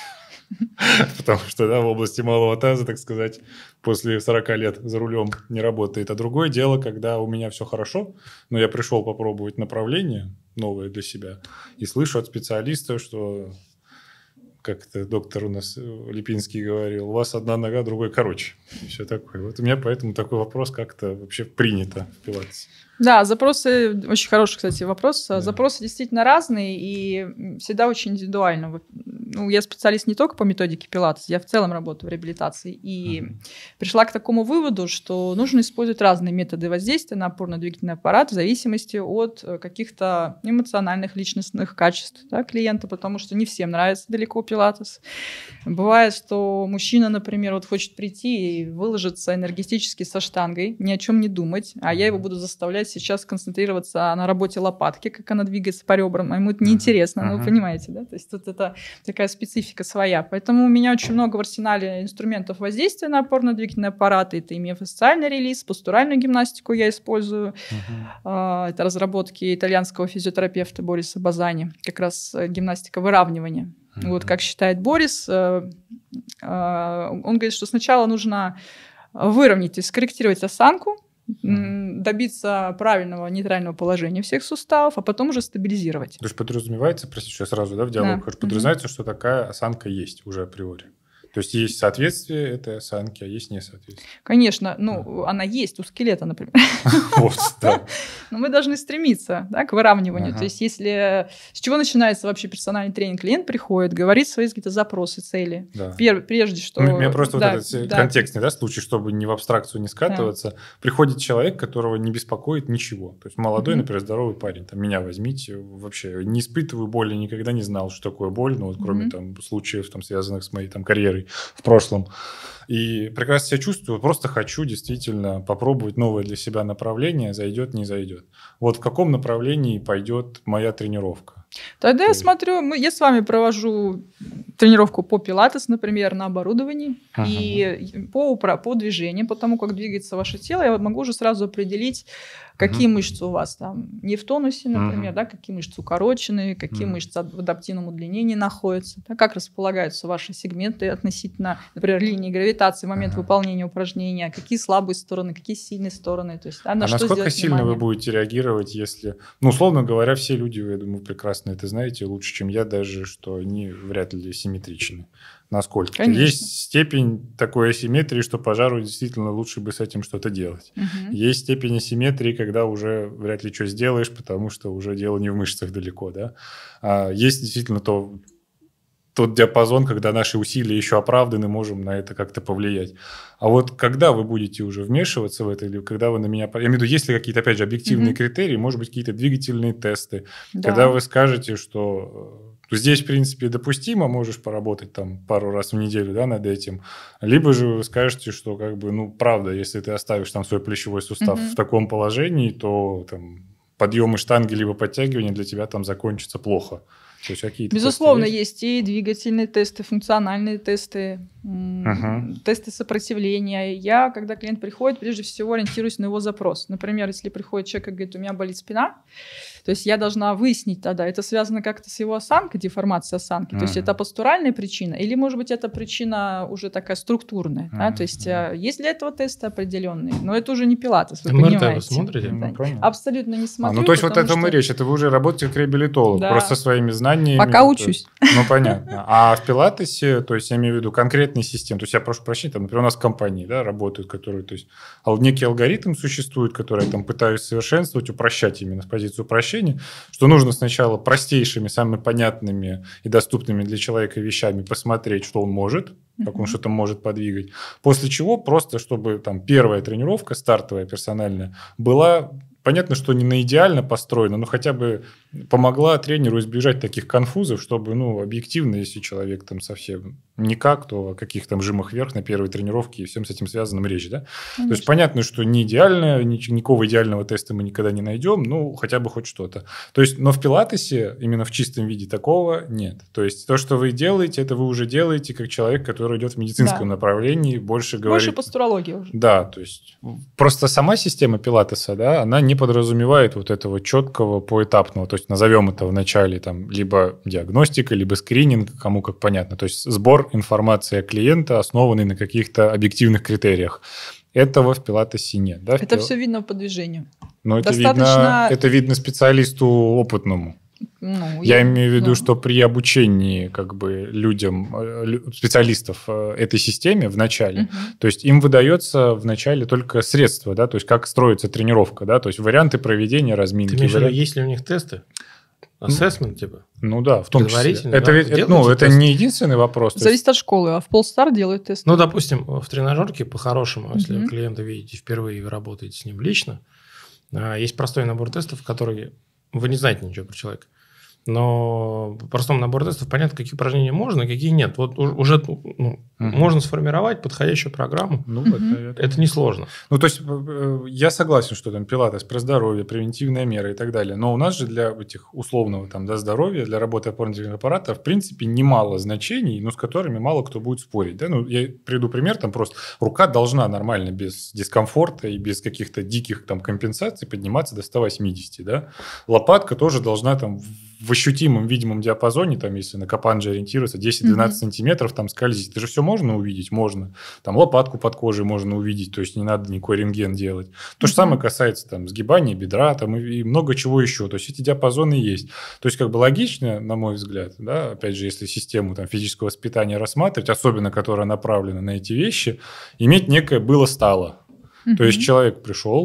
Потому что да, в области малого таза, так сказать, после сорока лет за рулем не работает. А другое дело, когда у меня все хорошо, но я пришел попробовать направление новое для себя и слышу от специалиста, что... как это доктор у нас Липинский говорил, у вас одна нога, другой короче. И все такое. Вот у меня поэтому такой вопрос, как это вообще принято в пилатесе. Да, запросы, очень хороший, кстати, вопрос. Да. Запросы действительно разные и всегда очень индивидуально. Ну, я специалист не только по методике пилатес, я в целом работаю в реабилитации. И uh-huh. пришла к такому выводу, что нужно использовать разные методы воздействия на опорно-двигательный аппарат в зависимости от каких-то эмоциональных, личностных качеств, да, клиента, потому что не всем нравится далеко пилатес. Бывает, что мужчина, например, вот хочет прийти и выложиться энергетически со штангой, ни о чем не думать, а я его буду заставлять сейчас концентрироваться на работе лопатки, как она двигается по ребрам, а ему это неинтересно, uh-huh. ну, вы понимаете, да? То есть тут это такая специфика своя. Поэтому у меня очень много в арсенале инструментов воздействия на опорно-двигательный аппарат. Это и миофасциальный релиз, постуральную гимнастику я использую. Uh-huh. Это разработки итальянского физиотерапевта Бориса Базани, как раз гимнастика выравнивания. Uh-huh. Вот как считает Борис, он говорит, что сначала нужно выровнять, то есть скорректировать осанку, Uh-huh. добиться правильного нейтрального положения всех суставов, а потом уже стабилизировать. То есть подразумевается, простите, что я сразу да, в диалог да. подразумевается, uh-huh. что такая осанка есть уже априори. То есть есть соответствие этой осанки, а есть несоответствие. Конечно, ну, uh-huh. она есть у скелета, например. Вот, да. Но мы должны стремиться, да, к выравниванию. Ага. То есть если... С чего начинается вообще персональный тренинг? Клиент приходит, говорит свои какие-то запросы, цели. Да. Пер- прежде что... Ну, у меня просто да, вот этот да. контекстный, да, случай, чтобы не в абстракцию не скатываться. Да. Приходит человек, которого не беспокоит ничего. То есть молодой, mm-hmm. например, здоровый парень. Там, меня возьмите, вообще не испытываю боли, никогда не знал, что такое боль, ну, вот, кроме mm-hmm. там, случаев, там, связанных с моей там, карьерой в прошлом. И прекрасно себя чувствую, просто хочу действительно попробовать новое для себя направление, зайдет, не зайдет. Вот в каком направлении пойдет моя тренировка? Тогда То я смотрю, мы, я с вами провожу тренировку по пилатес, например, на оборудовании, ага. и по, по движению, по тому, как двигается ваше тело, я могу уже сразу определить, какие uh-huh. мышцы у вас там не в тонусе, например, uh-huh. да, какие мышцы укорочены, какие uh-huh. мышцы в адаптивном удлинении находятся, да, как располагаются ваши сегменты относительно, например, линии гравитации в момент uh-huh. выполнения упражнения, какие слабые стороны, какие сильные стороны. То есть, да, на а что насколько сильно внимание. Вы будете реагировать, если... Ну, условно говоря, все люди, я думаю, прекрасно это знаете, лучше, чем я даже, что они вряд ли симметричны. Насколько? Есть степень такой асимметрии, что пожару действительно лучше бы с этим что-то делать. Uh-huh. Есть степень асимметрии, когда уже вряд ли что сделаешь, потому что уже дело не в мышцах далеко. Да? А есть действительно то, тот диапазон, когда наши усилия еще оправданы, можем на это как-то повлиять. А вот когда вы будете уже вмешиваться в это, или когда вы на меня... Я имею в виду, есть ли какие-то, опять же, объективные uh-huh. критерии, может быть, какие-то двигательные тесты, да. когда вы скажете, что... Здесь, в принципе, допустимо, можешь поработать там пару раз в неделю, да, над этим. Либо же вы скажете, что, как бы, ну, правда, если ты оставишь там свой плечевой сустав mm-hmm. в таком положении, то там подъемы штанги либо подтягивания для тебя там закончатся плохо. То есть какие-то Безусловно, есть? есть и двигательные тесты, функциональные тесты, uh-huh. тесты сопротивления. Я, когда клиент приходит, прежде всего ориентируюсь на его запрос. Например, если приходит человек и говорит, у меня болит спина, то есть я должна выяснить тогда, это связано как-то с его осанкой, деформацией осанки, uh-huh. то есть это постуральная причина, или, может быть, это причина уже такая структурная. Uh-huh. Да? То есть uh-huh. есть для этого тесты определенные, но это уже не пилатес, вы эм эр тэ понимаете. Вы смотрите? Да. Ну, абсолютно не смотрю. А, ну, то есть вот это что... мы речь, это вы уже работаете как реабилитолог, да. просто своими знаниями. Пока учусь. Ну, понятно. А в пилатесе, то есть я имею в виду конкретные системы, то есть я прошу прощения, там, например, у нас в компании, да, работают, которые, то есть некий алгоритм существует, который я там пытаюсь совершенствовать, упрощать именно с позиции упрощения, что нужно сначала простейшими, самыми понятными и доступными для человека вещами посмотреть, что он может, как он что-то может подвигать. После чего просто, чтобы там первая тренировка, стартовая, персональная, была... Понятно, что не на идеально построено, но хотя бы помогла тренеру избежать таких конфузов, чтобы, ну, объективно, если человек там совсем никак, то о каких там жимах вверх на первой тренировке и всем с этим связанном речь, да? Конечно. То есть понятно, что не идеально, никакого идеального теста мы никогда не найдем, ну, хотя бы хоть что-то. То есть, но в пилатесе именно в чистом виде такого нет. То есть то, что вы делаете, это вы уже делаете как человек, который идет в медицинском да. направлении, больше говорит... Больше постурология уже. Да, то есть просто сама система пилатеса, да, она не подразумевает вот этого четкого поэтапного, то есть назовем это вначале там либо диагностика, либо скрининг, кому как понятно, то есть сбор информации о клиента, основанный на каких-то объективных критериях. Этого в пилатесе нет. Да? Это все видно по движению. Но это, Достаточно... видно, это видно специалисту опытному. Ну, я, я имею в виду, ну. что при обучении как бы людям, специалистов этой системе в начале, uh-huh. то есть им выдается в начале только средства, да, то есть как строится тренировка, да, то есть варианты проведения разминки. Ты имеешь в виду, варианты... есть ли у них тесты? Ассессмент, типа? Ну да, в том числе. Это, да? ведь, ну, это не единственный вопрос. Зависит есть... от школы, а в Полстар делают тесты. Ну, допустим, в тренажерке по-хорошему, uh-huh. если клиента видите впервые и вы работаете с ним лично, есть простой набор тестов, который вы не знаете ничего про человека. Но по простому набору тестов понятно, какие упражнения можно, а какие нет. Вот уже ну, угу. можно сформировать подходящую программу. Ну, угу. это, это, это несложно. Ну, то есть, я согласен, что там пилатес про здоровье, превентивная мера и так далее. Но у нас же для этих условного там, да, здоровья, для работы опорно-двигательного аппарата, в принципе, немало значений, но с которыми мало кто будет спорить. Да? Ну, я приведу пример, там просто рука должна нормально, без дискомфорта и без каких-то диких там, компенсаций подниматься до ста восьмидесяти. Да? Лопатка тоже должна там в ощутимом видимом диапазоне, там, если на капанже ориентироваться, десять-двенадцать mm-hmm. сантиметров там скользить. Это же все можно увидеть? Можно. Там лопатку под кожей можно увидеть, то есть не надо никакой рентген делать. То mm-hmm. же самое касается там сгибания бедра там, и, и много чего еще. То есть эти диапазоны есть. То есть как бы логично, на мой взгляд, да, опять же, если систему там, физического воспитания рассматривать, особенно которая направлена на эти вещи, иметь некое было-стало. Mm-hmm. То есть человек пришел,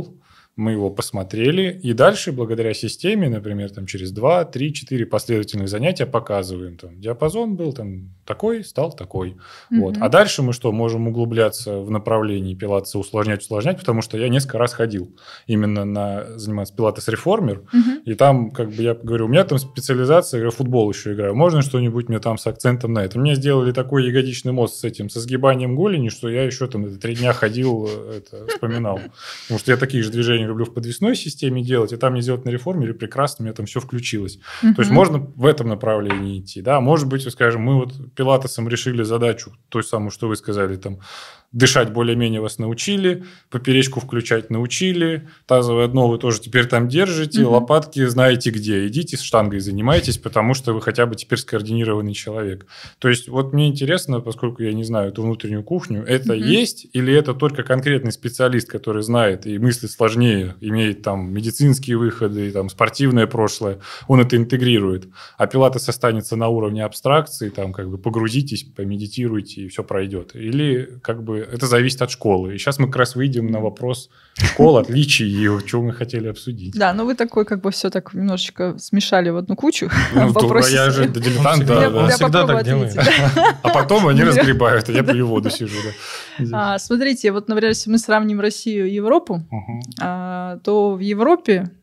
мы его посмотрели, и дальше, благодаря системе, например, там, через два, три, четыре последовательных занятия показываем. Там, диапазон был там, такой, стал такой. Mm-hmm. Вот. А дальше мы что, можем углубляться в направлении пилатеса, усложнять, усложнять, потому что я несколько раз ходил именно на заниматься пилатес-реформер, mm-hmm. и там, как бы я говорю, у меня там специализация, я в футбол еще играю, можно что-нибудь мне там с акцентом на это? Мне сделали такой ягодичный мост с этим, со сгибанием голени, что я еще там это, три дня ходил, это, вспоминал. Потому что я такие же движения люблю в подвесной системе делать, и там мне сделать на реформере прекрасно, у меня там все включилось. Uh-huh. То есть можно в этом направлении идти. Да? Может быть, скажем, мы вот пилатесом решили задачу, той самую, что вы сказали, там, дышать более-менее вас научили, поперечку включать научили, тазовое дно вы тоже теперь там держите, угу. лопатки знаете где. Идите с штангой занимайтесь, потому что вы хотя бы теперь скоординированный человек. То есть вот мне интересно, поскольку я не знаю эту внутреннюю кухню, это угу. есть или это только конкретный специалист, который знает и мыслит сложнее, имеет там медицинские выходы, там спортивное прошлое, он это интегрирует, а пилатес останется на уровне абстракции, там как бы погрузитесь, помедитируйте и все пройдет. Или как бы это зависит от школы. И сейчас мы как раз выйдем на вопрос школ, отличий и чего мы хотели обсудить. Да, ну вы такой как бы все так немножечко смешали в одну кучу. Ну, я же дилетант, да. Он всегда так делает. А потом они разгребают, а я пью воду сижу. Смотрите, вот, например, если мы сравним Россию и Европу, то в Европе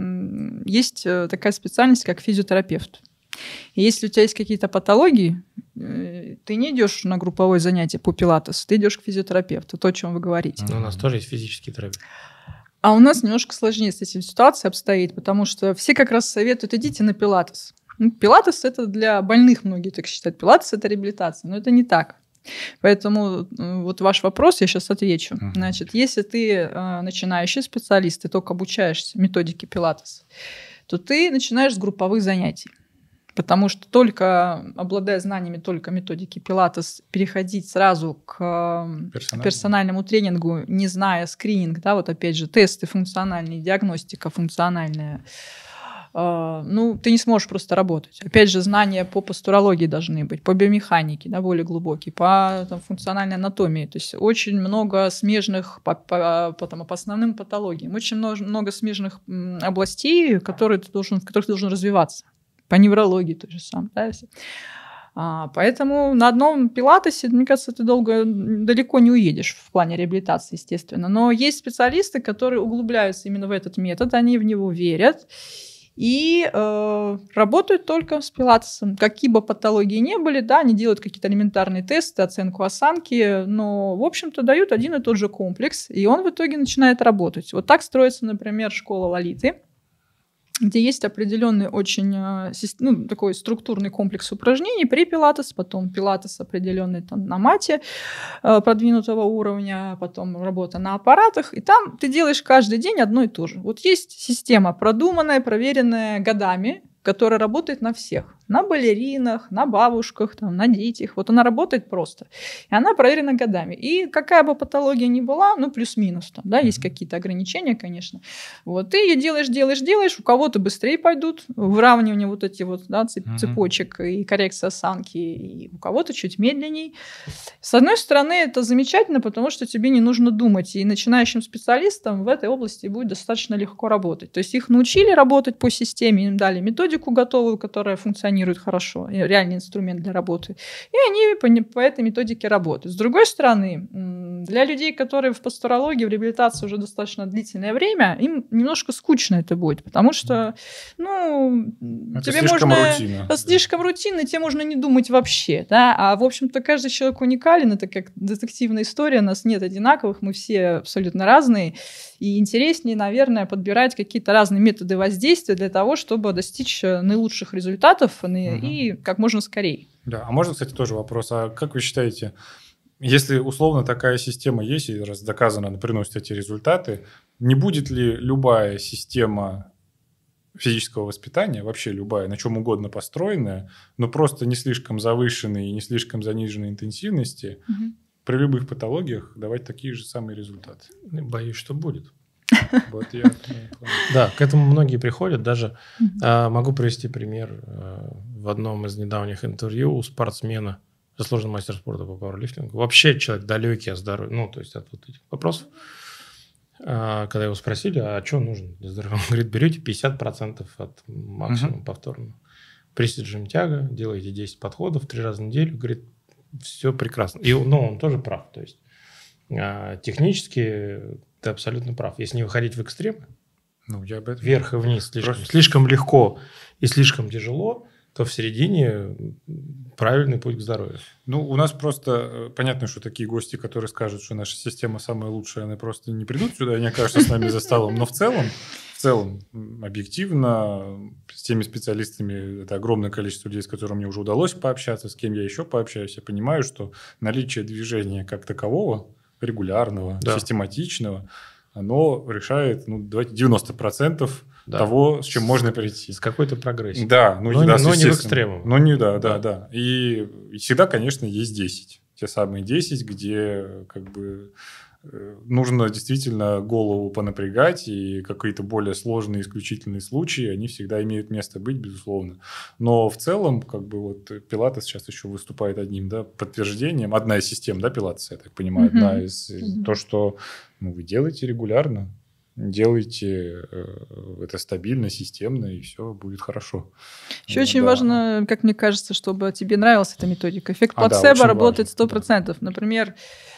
есть такая специальность, как физиотерапевт. И если у тебя есть какие-то патологии, ты не идешь на групповое занятие по пилатесу, ты идешь к физиотерапевту, то, о чем вы говорите. Но у нас тоже есть физический терапевт. А у нас немножко сложнее с этим ситуация обстоит, потому что все как раз советуют, идите на пилатес. Ну, пилатес – это для больных, многие так считают. Пилатес – это реабилитация, но это не так. Поэтому вот ваш вопрос я сейчас отвечу. Uh-huh. Значит, если ты э, начинающий специалист, ты только обучаешься методике пилатеса, то ты начинаешь с групповых занятий. Потому что только обладая знаниями только методики пилатес, переходить сразу к Персонально. персональному тренингу, не зная скрининг, да, вот опять же тесты функциональные, диагностика функциональная, э, ну, ты не сможешь просто работать. Опять же, знания по пастурологии должны быть, по биомеханике, да, более глубокие, по там, функциональной анатомии. То есть очень много смежных, по, по, по, там, по основным патологиям, очень много, много смежных областей, которые ты должен, в которых ты должен развиваться. По неврологии то же самое. Да? А, поэтому на одном пилатесе, мне кажется, ты долго, далеко не уедешь в плане реабилитации, естественно. Но есть специалисты, которые углубляются именно в этот метод, они в него верят и э, работают только с пилатесом. Какие бы патологии ни были, да, они делают какие-то элементарные тесты, оценку осанки, но, в общем-то, дают один и тот же комплекс, и он в итоге начинает работать. Вот так строится, например, школа Лолиты, где есть определенный очень ну, такой структурный комплекс упражнений при пилатес, потом пилатес определенный там, на мате продвинутого уровня, потом работа на аппаратах, и там ты делаешь каждый день одно и то же. Вот есть система продуманная, проверенная годами, которая работает на всех. На балеринах, на бабушках, там, на детях. Вот она работает просто. И она проверена годами. И какая бы патология ни была, ну, плюс-минус. Там, да, есть какие-то ограничения, конечно. Вот, ты ее делаешь, делаешь, делаешь. У кого-то быстрее пойдут. Выравнивание вот эти вот да, цепочек и коррекция осанки. И у кого-то чуть медленней. С одной стороны, это замечательно, потому что тебе не нужно думать. И начинающим специалистам в этой области будет достаточно легко работать. То есть их научили работать по системе, им дали методику готовую, которая функционирует хорошо, реальный инструмент для работы. И они по, по этой методике работают. С другой стороны, для людей, которые в пастурологии, в реабилитации уже достаточно длительное время, им немножко скучно это будет, потому что, ну, это тебе слишком можно... рутина. Это слишком рутинно, тебе можно не думать вообще, да, а, в общем-то, каждый человек уникален, это как детективная история, у нас нет одинаковых, мы все абсолютно разные, и интереснее, наверное, подбирать какие-то разные методы воздействия для того, чтобы достичь наилучших результатов угу. и как можно скорее. Да, а можно, кстати, тоже вопрос, а как вы считаете, если условно такая система есть, и раз доказано, она приносит эти результаты, не будет ли любая система физического воспитания, вообще любая, на чем угодно построенная, но просто не слишком завышенной и не слишком заниженной интенсивности, угу. при любых патологиях давать такие же самые результаты? Боюсь, что будет. Вот я... Да, к этому многие приходят. Даже э, могу привести пример. Э, в одном из недавних интервью у спортсмена, заслуженного мастера спорта по пауэрлифтингу, вообще человек далекий от здоровья, ну, то есть от вот этих вопросов. когда его спросили, а что нужно для здоровья, он говорит, берете пятьдесят процентов от максимума uh-huh. повторного. Присед, жим, тяга, делаете десять подходов три раза в неделю, говорит, все прекрасно. И, ну, он тоже прав. То есть технически ты абсолютно прав. Если не выходить в экстремы, ну, я об этом... вверх и вниз слишком, Просто... слишком легко и слишком тяжело, то в середине правильный путь к здоровью. Ну, у нас просто понятно, что такие гости, которые скажут, что наша система самая лучшая, они просто не придут сюда, они окажутся с нами за столом. Но в целом, в целом, объективно, с теми специалистами, это огромное количество людей, с которыми мне уже удалось пообщаться, с кем я еще пообщаюсь, я понимаю, что наличие движения как такового, регулярного, да. систематичного, оно решает, ну, давайте девяносто процентов да. того, с чем можно прийти. С какой-то прогрессией. Да, ну, но, да, но не в экстремум. Ну, не, да, да, да, да. И, и всегда, конечно, есть десять. Те самые десять, где как бы нужно действительно голову понапрягать, и какие-то более сложные исключительные случаи, они всегда имеют место быть, безусловно. Но в целом, как бы вот Пилатес сейчас еще выступает одним, да, подтверждением, одна из систем, да, Пилатеса, я так понимаю, mm-hmm. одна из, из mm-hmm. то, что ну, вы делаете регулярно, делайте э, это стабильно, системно, и все будет хорошо. Еще ну, очень да. важно, как мне кажется, чтобы тебе нравилась эта методика. Эффект плацебо а, да, работает сто процентов. Да. Например,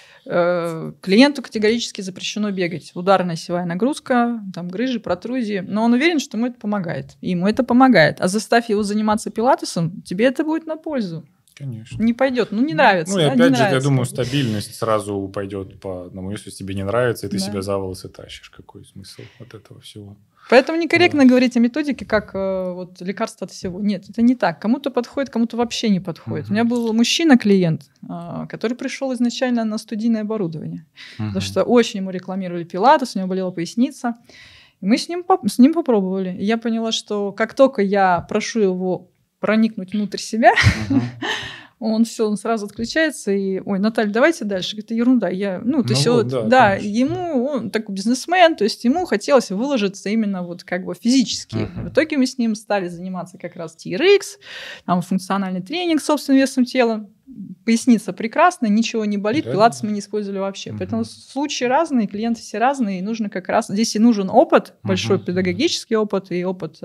э, клиенту категорически запрещено бегать. Ударная осевая нагрузка, там, грыжи, протрузии. Но он уверен, что ему это помогает. И ему это помогает. А заставь его заниматься пилатесом, тебе это будет на пользу. Конечно. Не пойдет, ну не нравится. Ну и да, опять же, нравится. Я думаю, стабильность сразу пойдет по одному. Если тебе не нравится, и ты да. себя за волосы тащишь. Какой смысл от этого всего? Поэтому некорректно да. говорить о методике как э, вот, лекарство от всего. Нет, это не так. Кому-то подходит, кому-то вообще не подходит. Uh-huh. У меня был мужчина-клиент, э, который пришел изначально на студийное оборудование. Uh-huh. Потому что очень ему рекламировали пилатес, у него болела поясница. И мы с ним, с ним попробовали. И я поняла, что как только я прошу его проникнуть внутрь себя, uh-huh. он все, он сразу отключается и, ой, Наталья, давайте дальше. Это ерунда. Я, ну, то есть, ну, вот, да, да ему, он такой бизнесмен, то есть ему хотелось выложиться именно вот как бы физически. Uh-huh. В итоге мы с ним стали заниматься как раз ти эр икс, там функциональный тренинг с собственным весом тела. Поясница прекрасная, ничего не болит, да, пилатес мы не использовали вообще. Uh-huh. Поэтому случаи разные, клиенты все разные, и нужно как раз... Здесь и нужен опыт, uh-huh. большой педагогический опыт и опыт...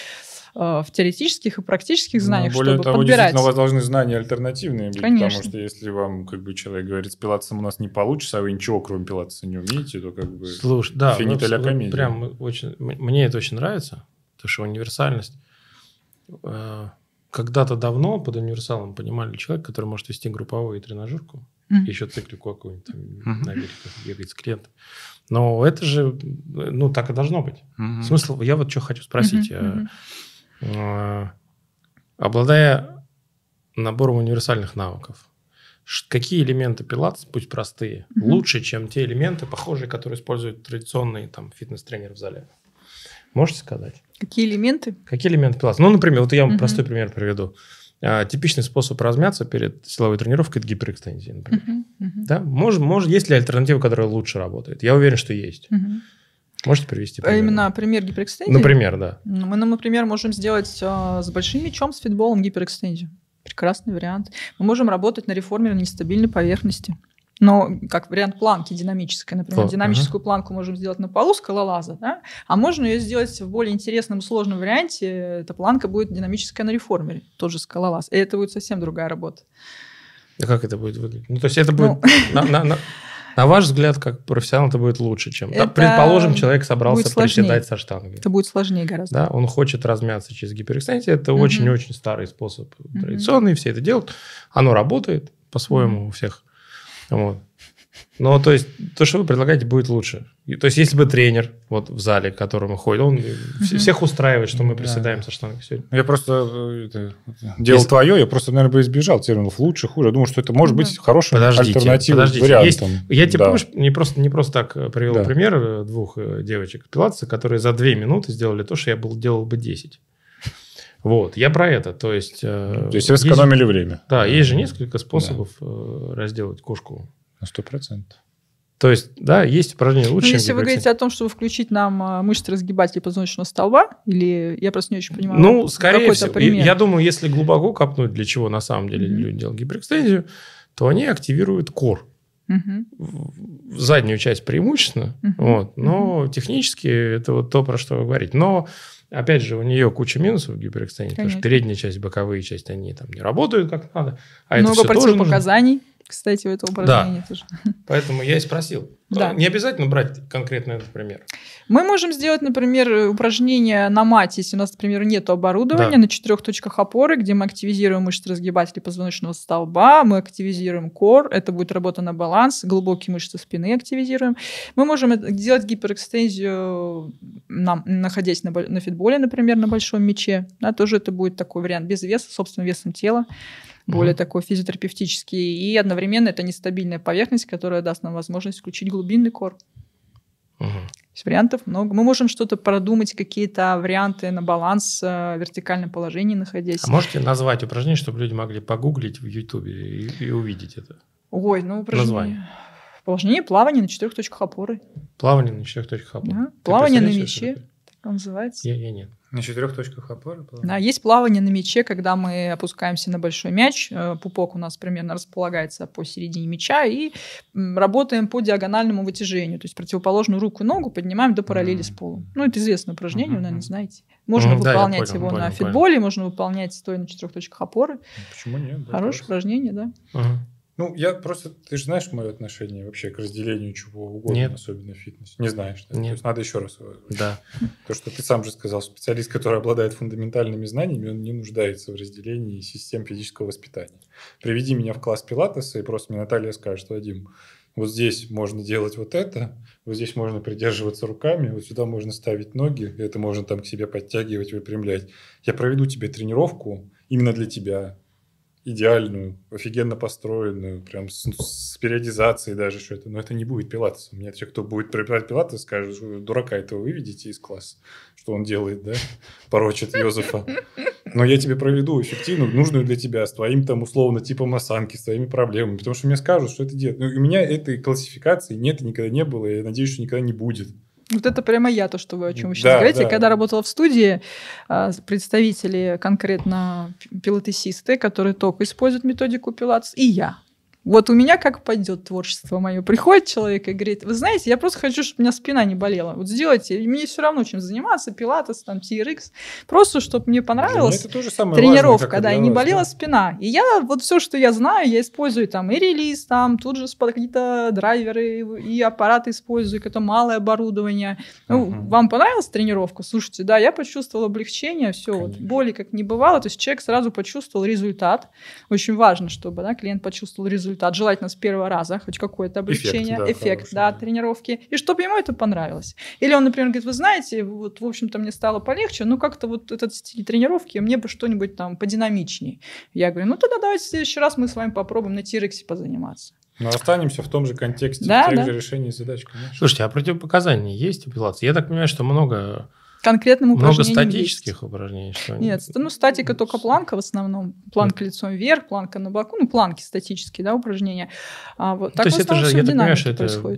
в теоретических и практических знаниях, ну, более чтобы того, подбирать. Действительно, у вас должны знания альтернативные быть, Конечно. Потому что если вам, как бы, человек говорит, с пилатесом у нас не получится, а вы ничего, кроме пилатеса, не умеете, то как бы Слушай, да, финита ля комедия. Прям очень, мне это очень нравится, потому что универсальность. Когда-то давно под универсалом понимали человека, который может вести групповую тренажерку, mm-hmm. еще циклику какую-нибудь там, mm-hmm. на великах бегать с клиентом. Но это же, ну, так и должно быть. Mm-hmm. Смысл, я вот что хочу спросить. Mm-hmm. Обладая набором универсальных навыков, какие элементы пилатес, пусть простые, mm-hmm. лучше, чем те элементы, похожие, которые используют традиционные там, фитнес-тренеры в зале? Можете сказать? Какие элементы? Какие элементы пилатес? Ну, например, вот я вам mm-hmm. простой пример приведу. А, типичный способ размяться перед силовой тренировкой – это гиперэкстензия, например. Mm-hmm. Mm-hmm. Да? Может, может, есть ли альтернатива, которая лучше работает? Я уверен, что есть. Mm-hmm. Можете привести пример? Именно пример гиперэкстензии? Например, да. Мы, например, можем сделать э, с большим мячом, с фитболом гиперэкстензию. Прекрасный вариант. Мы можем работать на реформере нестабильной поверхности. Но как вариант планки динамической. Например, О, динамическую ага. планку можем сделать на полу скалолаза, да? А можно ее сделать в более интересном и сложном варианте. Эта планка будет динамическая на реформере, тоже скалолаз. И это будет совсем другая работа. А как это будет выглядеть? Ну, то есть это будет... Ну... На, на, на... На ваш взгляд, как профессионал, это будет лучше, чем... Да, предположим, человек собрался приседать со штангой. Это будет сложнее гораздо. Да, он хочет размяться через гиперэкстензию. Это очень-очень uh-huh. старый способ. Uh-huh. Традиционный, все это делают. Оно работает по-своему uh-huh. у всех. Вот. Но то есть то, что вы предлагаете, будет лучше. И, то есть если бы тренер вот в зале, к которому ходит, он uh-huh. всех устраивает, что мы приседаем да. со штангой сегодня. Я просто это, делал если... твое, я просто, наверное, бы избежал терминов лучше, хуже. Я думаю, что это может быть uh-huh. хорошим подождите, альтернативным подождите. вариантом. Есть... Я тебе, да. помнишь, не просто, не просто так привел да. пример двух девочек пилатеса, которые за две минуты сделали то, что я был, делал бы десять. Вот, я про это. То есть, то есть вы сэкономили есть, время. Да, есть же несколько способов да. разделать кошку. На сто процентов. То есть, да, есть упражнения лучше. Но если вы говорите о том, чтобы включить нам мышцы разгибателей позвоночного столба, или я просто не очень понимаю. Ну, скорее всего. Пример. Я думаю, если глубоко копнуть, для чего на самом деле mm-hmm. люди делают гиперэкстензию, то они активируют кор. в заднюю часть преимущественно, Мгм. вот, но технически это вот то, про что вы говорите. Но, опять же, у нее куча минусов гиперэкстензии, потому что Конечно. передняя часть, боковые части, они там не работают как надо, а это Много все тоже нужно. противопоказаний, кстати, у этого упражнения тоже. Поэтому я и спросил. Да. Не обязательно брать конкретно этот пример. Мы можем сделать, например, упражнение на мате, если у нас, например, нет оборудования, Да. на четырех точках опоры, где мы активизируем мышцы разгибателей позвоночного столба, мы активизируем кор, это будет работа на баланс, глубокие мышцы спины активизируем. Мы можем это- делать гиперэкстензию, на- находясь на, бо- на фитболе, например, на большом мяче. Да, тоже это будет такой вариант без веса, собственным весом тела. Более Мгм. такой физиотерапевтический. И одновременно это нестабильная поверхность, которая даст нам возможность включить глубинный кор. Мгм. То есть вариантов много. Мы можем что-то продумать, какие-то варианты на баланс э, в вертикальном положении находясь. А можете назвать упражнение, чтобы люди могли погуглить в Ютубе и, и увидеть это? Ой, ну упражнение. Название. Упражнение плавание на четырех точках опоры. Плавание на четырех точках опоры. Да. Ты Плавание на представляешь, что мяче. это такое? Так он называется. Я, я нет. На четырех точках опоры? Да, есть плавание на мяче, когда мы опускаемся на большой мяч, э, пупок у нас примерно располагается посередине мяча, и м, работаем по диагональному вытяжению, то есть противоположную руку и ногу поднимаем до параллели с полом. Ну, это известное упражнение, вы, наверное, Мгм. знаете. Можно Мгм, да, я выполнять понял, его понял, на понял. фитболе, можно выполнять стоя на четырех точках опоры. Почему нет? Да, Хорошее класс. упражнение, да. Ага. Ну, я просто... Ты же знаешь мое отношение вообще к разделению чего угодно, Нет. особенно в фитнесе? Не знаешь, да? Нет. То есть надо еще раз... его- Да. То, что ты сам же сказал, специалист, который обладает фундаментальными знаниями, он не нуждается в разделении систем физического воспитания. Приведи меня в класс пилатеса, и просто мне Наталья скажет: Вадим, вот здесь можно делать вот это, вот здесь можно придерживаться руками, вот сюда можно ставить ноги, это можно там к себе подтягивать, выпрямлять. Я проведу тебе тренировку именно для тебя, идеальную, офигенно построенную, прям с, с периодизацией даже что-то. Но это не будет пилатесом. Мне те, кто будет преподавать пилатес, скажут: что дурака этого выведите из класса, что он делает, да, порочит Йозефа. Но я тебе проведу эффективную, нужную для тебя, с твоим там условно типом осанки, с твоими проблемами. Потому что мне скажут, что это делать. Ну, у меня этой классификации нет и никогда не было, и я надеюсь, что никогда не будет. Вот это прямо я, то, что вы, о чем вы сейчас Да, говорите. да. Когда работала в студии, а, представители конкретно пилатесисты, которые только используют методику пилатес, и я. Вот у меня как пойдет творчество мое. Приходит человек и говорит: вы знаете, я просто хочу, чтобы у меня спина не болела. Вот сделайте, и мне все равно чем заниматься, пилатес, там, ти эр икс, просто чтобы мне понравилось. Для меня это то же самое Тренировка, важное, как и да, и для не вас, болела да. спина. И я вот все, что я знаю, я использую там и релиз, там тут же спа- какие-то драйверы, и аппараты использую, какое-то малое оборудование. Ну, Мгм. вам понравилась тренировка? Слушайте, да, я почувствовала облегчение, все, вот, Конечно. боли как не бывало. То есть человек сразу почувствовал результат. Очень важно, чтобы, да, клиент почувствовал результат, желательно с первого раза, хоть какое-то облегчение, да, эффект, хороший, да, да. тренировки, и чтобы ему это понравилось. Или он, например, говорит: вы знаете, вот, в общем-то, мне стало полегче, ну, как-то вот этот стиль тренировки, мне бы что-нибудь там подинамичнее. Я говорю: ну, тогда давайте в следующий раз мы с вами попробуем на ти эр иксе позаниматься. Но останемся в том же контексте, Да, в тех да. же решений задач, конечно. Слушайте, а противопоказания есть у пилатеса? Я так понимаю, что много, Конкретным много упражнением статических есть. упражнений. Что Нет, ст- ну, статика только планка в основном. Планка лицом вверх, планка на боку. Ну, планки статические, да, упражнения. А вот То так есть в это основном же, всё я в так понимаю, динамике что это происходит.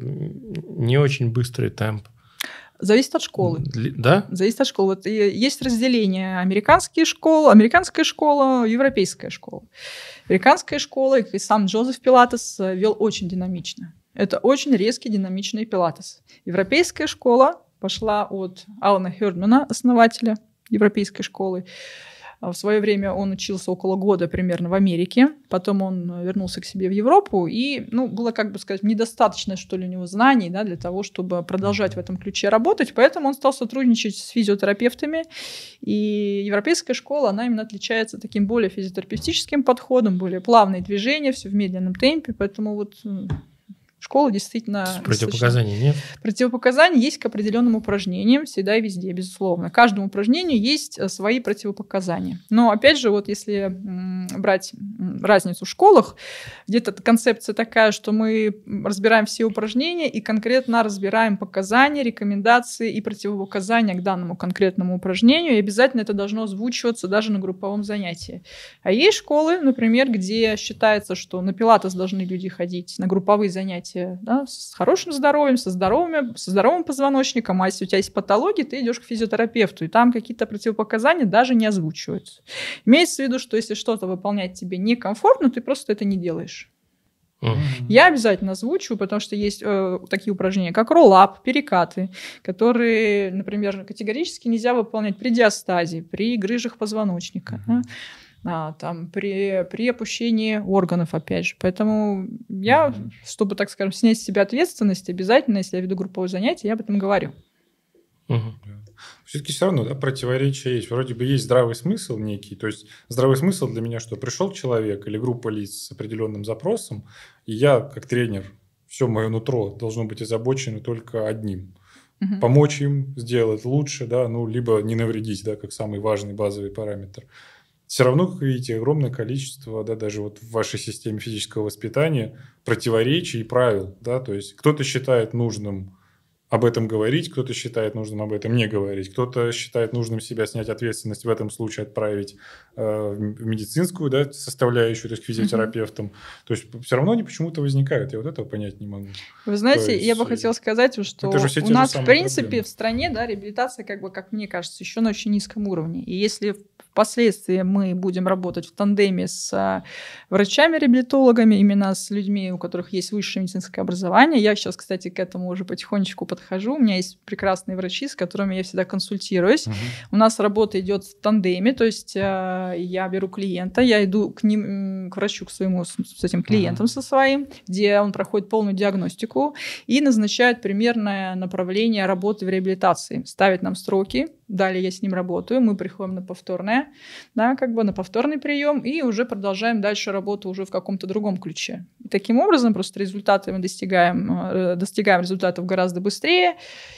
не очень быстрый темп. Зависит от школы. Ли- Да? Зависит от школы. Вот, и есть разделение: американские школы, американская школа, европейская школа. Американская школа, и сам Джозеф Пилатес э, вел очень динамично. Это очень резкий, динамичный пилатес. Европейская школа пошла от Алана Хёрдмана, основателя европейской школы. В свое время он учился около года примерно в Америке, потом он вернулся к себе в Европу, и, ну, было, как бы сказать, недостаточно, что ли, у него знаний, да, для того, чтобы продолжать в этом ключе работать, поэтому он стал сотрудничать с физиотерапевтами, и европейская школа, она именно отличается таким более физиотерапевтическим подходом, более плавные движения, все в медленном темпе, поэтому вот школа действительно... Противопоказаний нет? Противопоказания есть к определенным упражнениям всегда и везде, безусловно. Каждому упражнению есть свои противопоказания. Но, опять же, вот если м, брать м, разницу в школах, где-то концепция такая, что мы разбираем все упражнения и конкретно разбираем показания, рекомендации и противопоказания к данному конкретному упражнению, и обязательно это должно озвучиваться даже на групповом занятии. А есть школы, например, где считается, что на пилатес должны люди ходить на групповые занятия, да, с хорошим здоровьем, со, здоровыми, со здоровым позвоночником, а если у тебя есть патология, ты идешь к физиотерапевту, и там какие-то противопоказания даже не озвучиваются. Имеется в виду, что если что-то выполнять тебе некомфортно, ты просто это не делаешь. Мгм. Я обязательно озвучиваю, потому что есть э, такие упражнения, как роллап, перекаты, которые, например, категорически нельзя выполнять при диастазе, при грыжах позвоночника, Мгм. да, а, там, при, при опущении органов, опять же. Поэтому я, Мгм. чтобы, так скажем, снять с себя ответственность, обязательно, если я веду групповое занятие, я об этом говорю. Мгм. Все-таки все равно, да, противоречия есть. Вроде бы есть здравый смысл некий. То есть здравый смысл для меня, что пришел человек или группа лиц с определенным запросом, и я, как тренер, все мое нутро должно быть озабочено только одним. Мгм. Помочь им сделать лучше, да, ну, либо не навредить, да, как самый важный базовый параметр. Все равно, как видите, огромное количество, да, даже вот в вашей системе физического воспитания противоречий и правил, да, то есть кто-то считает нужным об этом говорить, кто-то считает нужным об этом не говорить, кто-то считает нужным себя снять ответственность, в этом случае отправить э, в медицинскую, да, составляющую, то есть к физиотерапевтам. То есть все равно они почему-то возникают, я вот этого понять не могу. Вы знаете, То есть, я бы хотела сказать, что это же все те у же нас, в самые принципе, проблемы. в стране, да, реабилитация, как бы, как мне кажется, еще на очень низком уровне. И если впоследствии мы будем работать в тандеме с а, врачами-реабилитологами, именно с людьми, у которых есть высшее медицинское образование, я сейчас, кстати, к этому уже потихонечку подхожу, у меня есть прекрасные врачи, с которыми я всегда консультируюсь. Мгм. У нас работа идет в тандеме, то есть э, я беру клиента, я иду к ним, м, к врачу, к своему, с, с этим клиентом Мгм. со своим, где он проходит полную диагностику и назначает примерное направление работы в реабилитации, ставит нам сроки, далее я с ним работаю, мы приходим на повторное, да, как бы на повторный прием и уже продолжаем дальше работу уже в каком-то другом ключе. И таким образом просто результаты мы достигаем, э, достигаем результатов гораздо быстрее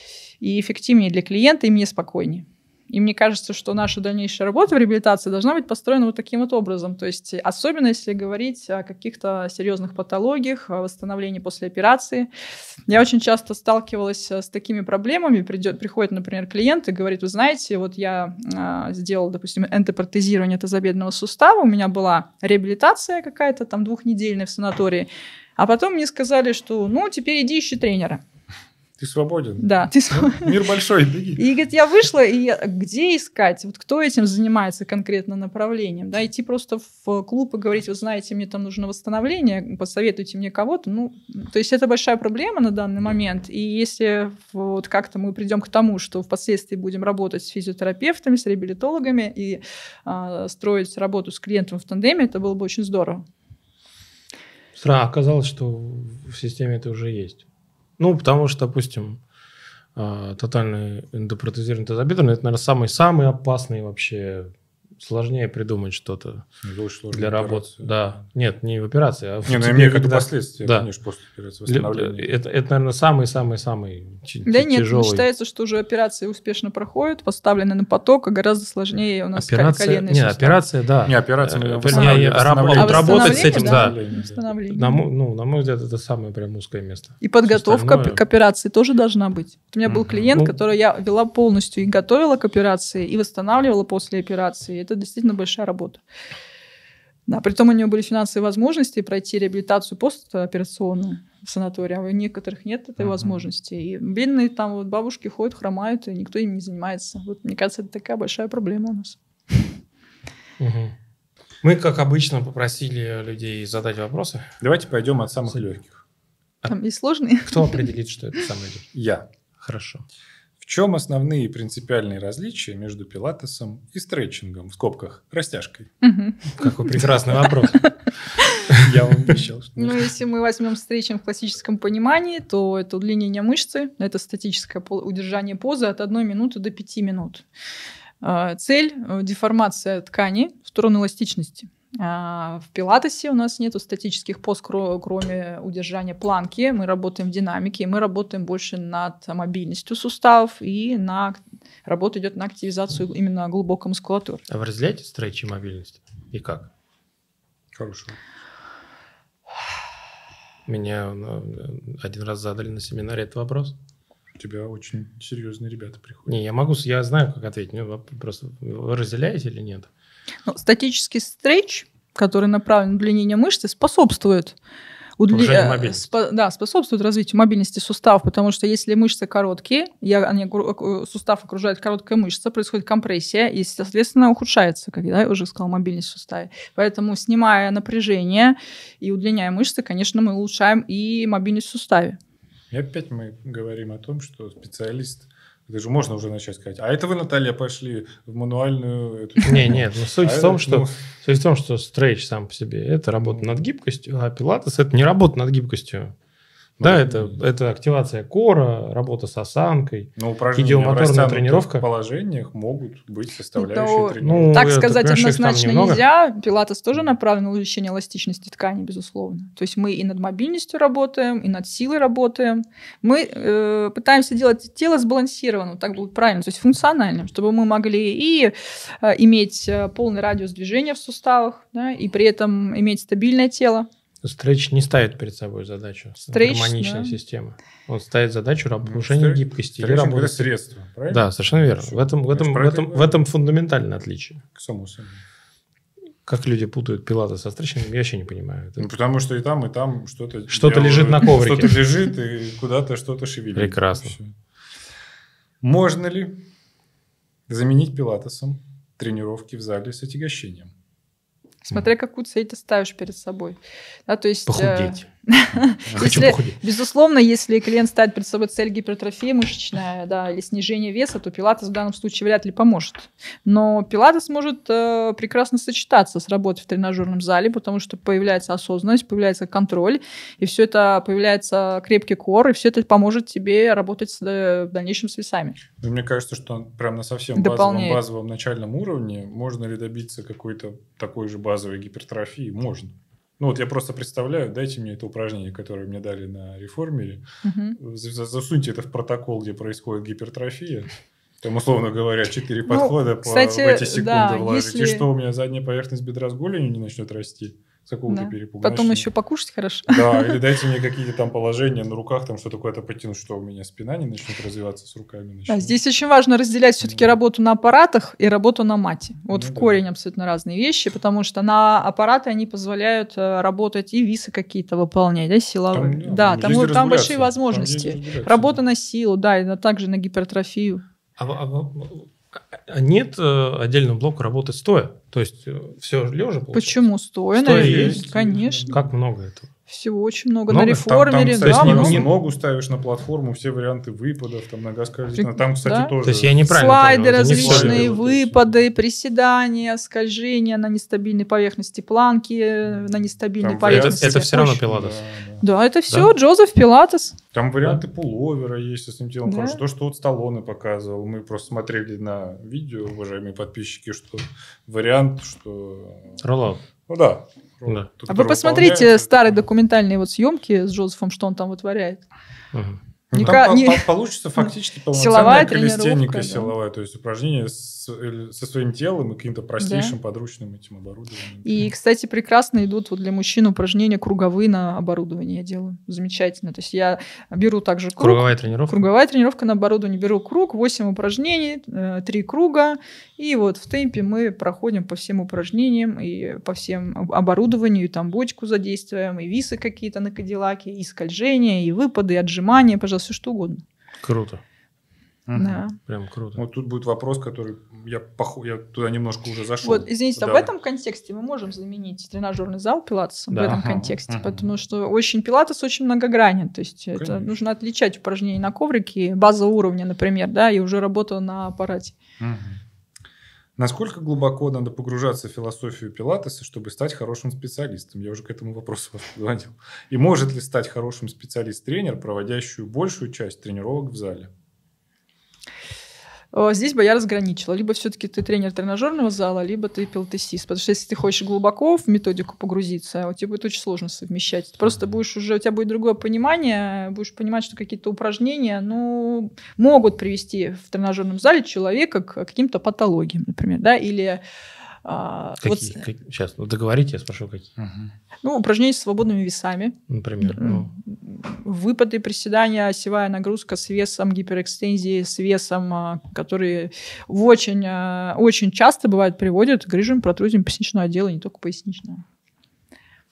и эффективнее для клиента, и мне спокойнее. И мне кажется, что наша дальнейшая работа в реабилитации должна быть построена вот таким вот образом. То есть особенно если говорить о каких-то серьезных патологиях, о восстановлении после операции. Я очень часто сталкивалась с такими проблемами. Придет, приходит, например, клиент и говорит: вы знаете, вот я а, сделал, допустим, энтопротезирование тазобедренного сустава, у меня была реабилитация какая-то там двухнедельная в санатории, а потом мне сказали, что ну теперь иди ищи тренера. Ты свободен. Да, ты Ну, мир большой, беги. И, говорит, я вышла, и я, где искать? Вот кто этим занимается конкретно направлением? Да, идти просто в клуб и говорить: вы знаете, мне там нужно восстановление, посоветуйте мне кого-то. Ну, то есть это большая проблема на данный момент. И если вот как-то мы придем к тому, что впоследствии будем работать с физиотерапевтами, с реабилитологами и а, строить работу с клиентом в тандеме, это было бы очень здорово. Сразу оказалось, что в системе это уже есть. Ну, потому что, допустим, тотальный эндопротезированный тазобедренный – это, наверное, самый-самый опасный вообще. Сложнее придумать что-то для работы. Да. Нет, не в операции, а в Не, ну, я тебе, имею в виду когда... последствия, Да. конечно, после операции, восстановления. Это, это, наверное, самый-самый-самый Да нет, тяжелый. считается, что уже операции успешно проходят, поставлены на поток, а гораздо сложнее у нас операция, коленные нет, суставы. операция, да. Не, операция, Э, мы вернее, восстанавливаем. раб- А работать с восстановление, этим, да. да. Восстановление. На, мо- ну, на мой взгляд, это самое прям узкое место. И подготовка остальное- к операции тоже должна быть. У меня был Мгм. клиент, Ну- который я вела полностью и готовила к операции, и восстанавливала после операции. Это действительно большая работа. Да, притом у него были финансовые возможности пройти реабилитацию постоперационную в санатории, а у некоторых нет этой Мгм. возможности. И бедные там вот бабушки ходят, хромают, и никто им не занимается. Вот, мне кажется, это такая большая проблема у нас. Мгм. Мы, как обычно, попросили людей задать вопросы. Давайте пойдем от самых легких. Там есть сложные. Кто определит, что это самое легкое? Я. Хорошо. В чем основные принципиальные различия между пилатесом и стретчингом, в скобках, растяжкой? Мгм. Какой прекрасный вопрос. Я вам обещал, что... Ну, если мы возьмем встречем в классическом понимании, то это удлинение мышцы, это статическое пол- удержание позы от одной минуты до пяти минут. А, Цель – деформация ткани в сторону эластичности. А, В пилатесе у нас нет статических поз, кро- кроме удержания планки. Мы работаем в динамике, и мы работаем больше над мобильностью суставов, и на... работа идет на активизацию именно глубокой мускулатуры. А вы разделяете стретч и мобильность? И как? Хорошо. Меня ну, один раз задали на семинаре этот вопрос. У тебя очень серьезные ребята приходят. Не, я могу, я знаю, как ответить. Ну, воп- просто вы разделяете или нет? Ну, статический стретч, который направлен на удлинение мышцы, способствует Удли... Спо... Да, способствует развитию мобильности суставов, потому что если мышцы короткие, я... они... сустав окружает короткая мышца, происходит компрессия, и, соответственно, ухудшается, когда я уже сказала, мобильность в суставе. Поэтому, снимая напряжение и удлиняя мышцы, конечно, мы улучшаем и мобильность в суставе. И опять мы говорим о том, что специалист... Это же можно уже начать сказать. А это вы, Наталья, пошли в мануальную... Эту... Не, нет, но суть, а в том, это, что, ну... суть в том, что стрейч сам по себе – это работа над гибкостью, а пилатес – это не работа над гибкостью. Ну, да, это, это активация кора, работа с осанкой, идиомоторная тренировка. В положениях могут быть составляющие то, тренировки. Ну, так сказать однозначно нельзя. Пилатес тоже направлен на увеличение эластичности ткани, безусловно. То есть мы и над мобильностью работаем, и над силой работаем. Мы э, пытаемся делать тело сбалансированным, так будет правильно, то есть функциональным, чтобы мы могли и э, иметь полный радиус движения в суставах, да, и при этом иметь стабильное тело. Стрейч не ставит перед собой задачу Стрейч, гармоничной да. системы. Он ставит задачу повышения ну, гибкости. Стрейч – это средство, правильно? Да, совершенно верно. В этом, в, этом, в, этом, в этом фундаментальное отличие. Само собой. Как люди путают пилатес со стрейчем, я вообще не понимаю. Ну, потому что и там, и там что-то... Что-то лежит на коврике. Что-то лежит, и куда-то что-то шевелится. Прекрасно. Можно ли заменить пилатесом тренировки в зале с отягощением? Смотря какую цель ты ставишь перед собой. Да, то есть, похудеть. Если, безусловно, если клиент ставит перед собой цель гипертрофии мышечная, да, или снижение веса, то пилатес в данном случае вряд ли поможет. Но пилатес может э, прекрасно сочетаться с работой в тренажерном зале, потому что появляется осознанность, появляется контроль, и все это появляется крепкий кор, и все это поможет тебе работать с, э, в дальнейшем с весами. Ну, мне кажется, что прям на совсем базовом, базовом начальном уровне можно ли добиться какой-то такой же базовой гипертрофии? Можно. Ну, вот я просто представляю, дайте мне это упражнение, которое мне дали на реформере, угу. засуньте это в протокол, где происходит гипертрофия, там, условно говоря, четыре ну, подхода кстати, по, в эти секунды да, вложить, если... и что, у меня задняя поверхность бедра с голенью не начнет расти? С какого-то да. перепуга. Потом еще покушать хорошо. Да, или дайте мне какие-то там положения на руках, там что-то куда-то потянуть, что у меня спина не начнет развиваться с руками. Да, здесь очень важно разделять все-таки да. работу на аппаратах и работу на мате. Вот ну, в да. корень абсолютно разные вещи, потому что на аппараты они позволяют работать и висы какие-то выполнять, да, силовые. Там, да, там, там, там большие возможности. Там работа на силу, да, и также на гипертрофию. А, а, а нет э, отдельного блока работы стоя? То есть э, все лежа получается? Почему стоя? Стоя есть, есть, конечно. Как много этого? Всего очень много. много? На реформере, там, там, да. Кстати, много. Не ногу ставишь на платформу, все варианты выпадов, там нога скользит. Там, кстати, да? тоже... То есть я неправильно Слайды понял, различные, выпады, приседания, скольжения на нестабильной поверхности, планки на нестабильной там поверхности. Это, это все равно пилатес. Да, да. да, это все да? Джозеф Пилатес. Там варианты да. пуловера есть с этим телом. Да. То, что вот Сталлоне показывал. Мы просто смотрели на видео, уважаемые подписчики, что вариант, что... Роллаут. Ну да. Да. А вы посмотрите старые документальные вот съемки с Джозефом, что он там вытворяет. Угу. Ну, Ника... там не... по- получится фактически полноценная калистеника силовая, то есть упражнение с, со своим телом и каким-то простейшим да. подручным этим оборудованием. И, кстати, прекрасно идут вот для мужчин упражнения круговые на оборудовании я делаю. Замечательно. То есть я беру также круг. Круговая тренировка? Круговая тренировка на оборудовании. Беру круг, восемь упражнений, три круга, и вот в темпе мы проходим по всем упражнениям и по всем оборудованию, и там бочку задействуем, и висы какие-то на кадиллаке, и скольжения, и выпады, и отжимания, пожалуйста, все что угодно. Круто. Угу. Да. Прям круто. Вот тут будет вопрос, который я, пох... я туда немножко уже зашел. Вот, извините, да. в этом контексте мы можем заменить тренажерный зал пилатесом да. в этом ага. контексте, ага. потому что очень пилатес очень многогранен. То есть Конечно. это нужно отличать упражнения на коврике базового уровня, например, да, и уже работа на аппарате. Угу. Насколько глубоко надо погружаться в философию пилатеса, чтобы стать хорошим специалистом? Я уже к этому вопросу вас позвонил. И может ли стать хорошим специалист-тренер, проводящий большую часть тренировок в зале? Здесь бы я разграничила. Либо все-таки ты тренер тренажерного зала, либо ты пилатесист. Потому что если ты хочешь глубоко в методику погрузиться, у тебя будет очень сложно совмещать. Ты просто будешь уже, у тебя будет другое понимание, будешь понимать, что какие-то упражнения ну, могут привести в тренажерном зале человека к каким-то патологиям, например, да, или... Какие? Вот... Сейчас, ну, договорите, я спрошу, какие. Угу. Ну, упражнения с свободными весами. Например? Ну... Выпады, приседания, осевая нагрузка с весом, гиперэкстензии, с весом, которые очень, очень часто, бывает, приводят к грыжам, протрузиям поясничного отдела, не только поясничного.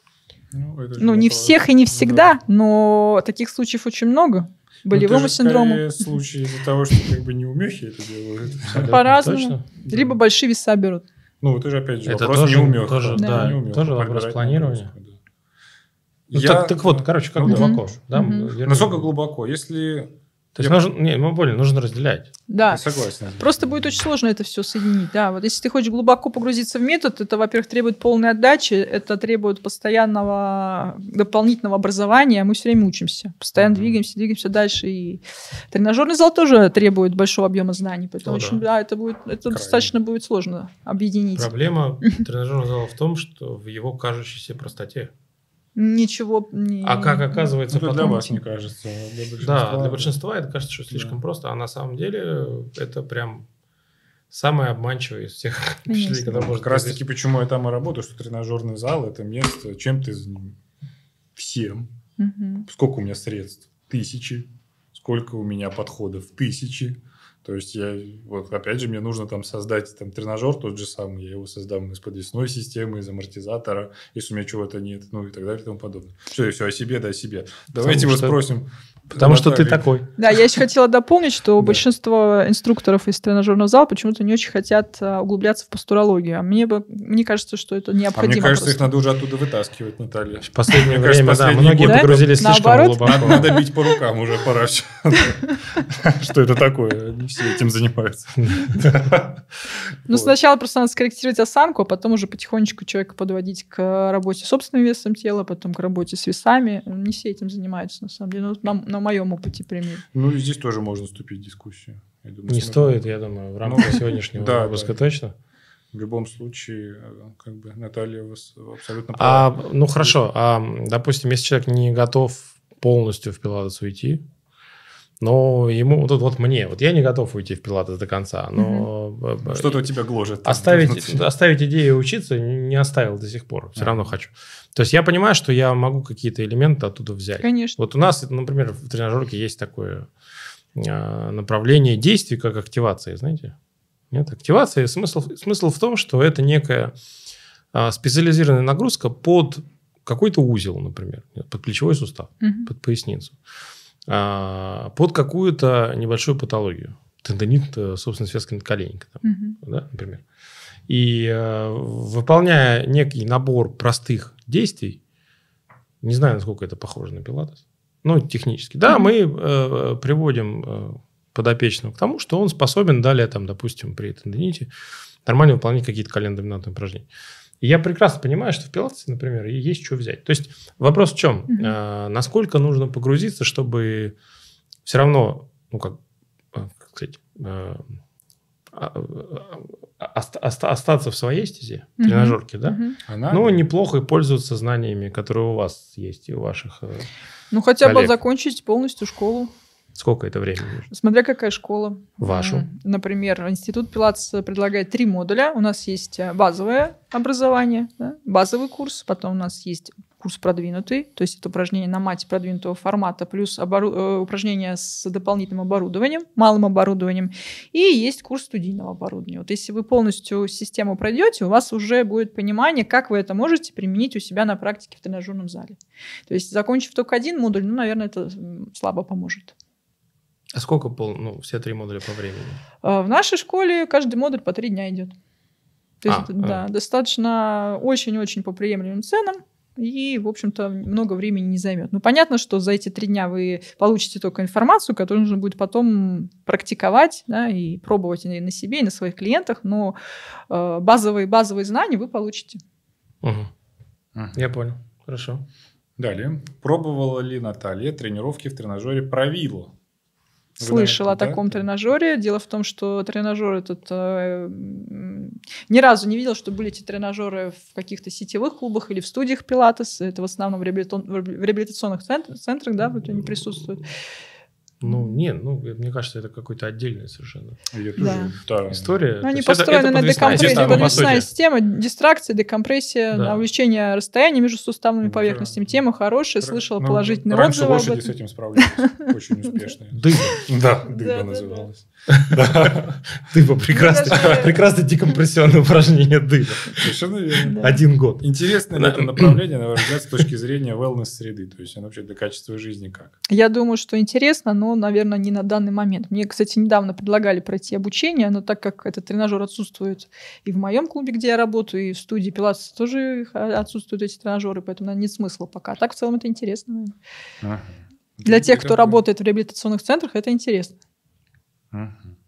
Ну, это же Ну, не вопрос. всех и не всегда, Да. но таких случаев очень много. Болевому Ну, это же синдрому. скорее случаи из-за того, что как бы неумехи это делают. Абсолютно По-разному. точно. Либо большие веса берут. Ну, это же опять же Это вопрос тоже- неумеха. тоже, да, неумеха, тоже как вопрос брать планирования. нагрузку, да. Ну, Я- так, так вот, короче, как Ну, да. глубоко. Да, Мгм. вернее. Насколько глубоко? Если... То есть Я- нужно, не, мы поняли, нужно разделять. Да. Я согласен. Просто будет очень сложно это все соединить. Да, вот если ты хочешь глубоко погрузиться в метод, это, во-первых, требует полной отдачи, это требует постоянного дополнительного образования. Мы все время учимся, постоянно Мгм. двигаемся, двигаемся дальше. И тренажерный зал тоже требует большого объема знаний, поэтому О, очень, да. да, это будет, это Крайне. достаточно будет сложно объединить. Проблема тренажерного зала в том, что в его кажущейся простоте. Ничего не. А как оказывается Это для потом... вас, мне кажется. Для большинства, Да, для большинства это кажется, что слишком Да. просто, а на самом деле это прям самое обманчивое из всех Конечно. впечатлений, когда Ну, может как раз произойти. таки, почему я там и работаю, что тренажерный зал – это место, чем ты заним- всем. Мгм. Сколько у меня средств? Тысячи. Сколько у меня подходов? Тысячи. То есть, я, вот опять же, мне нужно там создать там, тренажер тот же самый. Я его создам из подвесной системы, из амортизатора, если у меня чего-то нет, ну и так далее и тому подобное. Что я все о себе, да о себе. Давайте вот что- спросим. Потому что ты Натальи. такой. Да, я еще хотела дополнить, что Да. большинство инструкторов из тренажерного зала почему-то не очень хотят а, углубляться в постурологию. А мне, бы, мне кажется, что это А необходимо. мне кажется, их просто. надо уже оттуда вытаскивать, Наталья. В последнее Мне кажется, время, да, последние многие годы- погрузились слишком Наоборот? глубоко. Надо, надо бить по рукам уже пора. всё. Что это такое? Не все этим занимаются. Ну, Вот. сначала просто надо скорректировать осанку, а потом уже потихонечку человека подводить к работе с собственным весом тела, потом к работе с весами. Не все этим занимаются, на самом деле. Ну, вот на, на моем опыте пример. Ну, и здесь тоже можно вступить в дискуссию. Я думаю, Не с- стоит, я думаю, в рамках Ну, сегодняшнего да, выпуска да. точно. В любом случае, э, как бы Наталья у вас абсолютно А, права. ну хорошо, а, допустим, если человек не готов полностью в пилатес уйти, но ему, вот, вот мне, вот я не готов уйти в пилатес до конца, но б- б- Что-то тебя гложет. оставить, внутри. оставить идею учиться не оставил до сих пор, все Ага. равно хочу. То есть я понимаю, что я могу какие-то элементы оттуда взять. Конечно. Вот у нас, например, в тренажерке есть такое а, направление действий, как активация, знаете? Нет, активация, смысл, смысл в том, что это некая а, специализированная нагрузка под какой-то узел, например, под плечевой сустав, Мгм. под поясницу, а, под какую-то небольшую патологию. Тендонит, э, собственно, связки надколенника, там, Мгм. да, например. И э, выполняя некий набор простых действий, не знаю, насколько это похоже на пилатес, ну, технически, да, Мгм. мы э, приводим э, подопечного к тому, что он способен далее, там, допустим, при тендоните нормально выполнять какие-то коленно-доминантные упражнения. И я прекрасно понимаю, что в пилатесе, например, и есть что взять. То есть вопрос в чем? Мгм. Э, насколько нужно погрузиться, чтобы все равно, ну, как, э, как сказать, э, а- а- оста- оста- остаться в своей стезе, Мгм. тренажерке, да? Мгм. Она- Ну, неплохо и пользоваться знаниями, которые у вас есть и у ваших... э, Ну, хотя бы Коллег. закончить полностью школу. Сколько это времени нужно? Смотря какая школа. Вашу. М, Например, Институт Пилатеса предлагает три модуля. У нас есть э, базовое образование, да, базовый курс, потом у нас есть курс продвинутый, то есть это упражнения на мате продвинутого формата, плюс обору- э, упражнения с дополнительным оборудованием, малым оборудованием, и есть курс студийного оборудования. Вот если вы полностью систему пройдете, у вас уже будет понимание, как вы это можете применить у себя на практике в тренажерном зале. То есть, закончив только один модуль, ну, наверное, это м, слабо поможет. А сколько пол, ну, все три модуля по времени? А В нашей школе каждый модуль по три дня идет. То есть, А, это, да, достаточно очень-очень по приемлемым ценам. И, в общем-то, много времени не займет. Ну, понятно, что за эти три дня вы получите только информацию, которую нужно будет потом практиковать, да, и пробовать и на себе, и на своих клиентах, но э, базовые, базовые знания вы получите. Угу. Мгм. Я понял. Хорошо. Далее. Пробовала ли Наталья тренировки в тренажере Правило? Вы Слышала о знаете, да? таком тренажере. Дело в том, что тренажер этот э, м, ни разу не видел, что были эти тренажеры в каких-то сетевых клубах или в студиях пилатес. Это в основном в, реабилитон- в реабилитационных центр- центрах, да, вот они присутствуют. Ну, нет, ну, мне кажется, это какой-то отдельный совершенно Я Да. тоже, да. история. Ну, они То есть это- построены это на подвесная декомпрессии. система, Это по подвесная сути. система, дистракция, декомпрессия, Да. на увеличение расстояния между суставными Да. поверхностями. Тема хорошая, Р- слышала ну, положительные раньше отзывы об лошади этом. с этим справлялись. Очень успешные. Дыба. Да, Да, дыба да, называлась. Дыба. Прекрасное, даже- прекрасное декомпрессионное упражнение дыба. Совершенно верно. Да. Один год. Интересное Да. это направление, на ваш взгляд, с точки зрения wellness-среды. То есть оно вообще для качества жизни как? Я думаю, что интересно, но, наверное, не на данный момент. Мне, кстати, недавно предлагали пройти обучение, но так как этот тренажер отсутствует и в моем клубе, где я работаю, и в студии Пилатес тоже их отсутствуют эти тренажеры, поэтому, наверное, нет смысла пока. А так, в целом, это интересно. Наверное. Ага. Для тех, кто Такое. работает в реабилитационных центрах, это интересно. Мгм.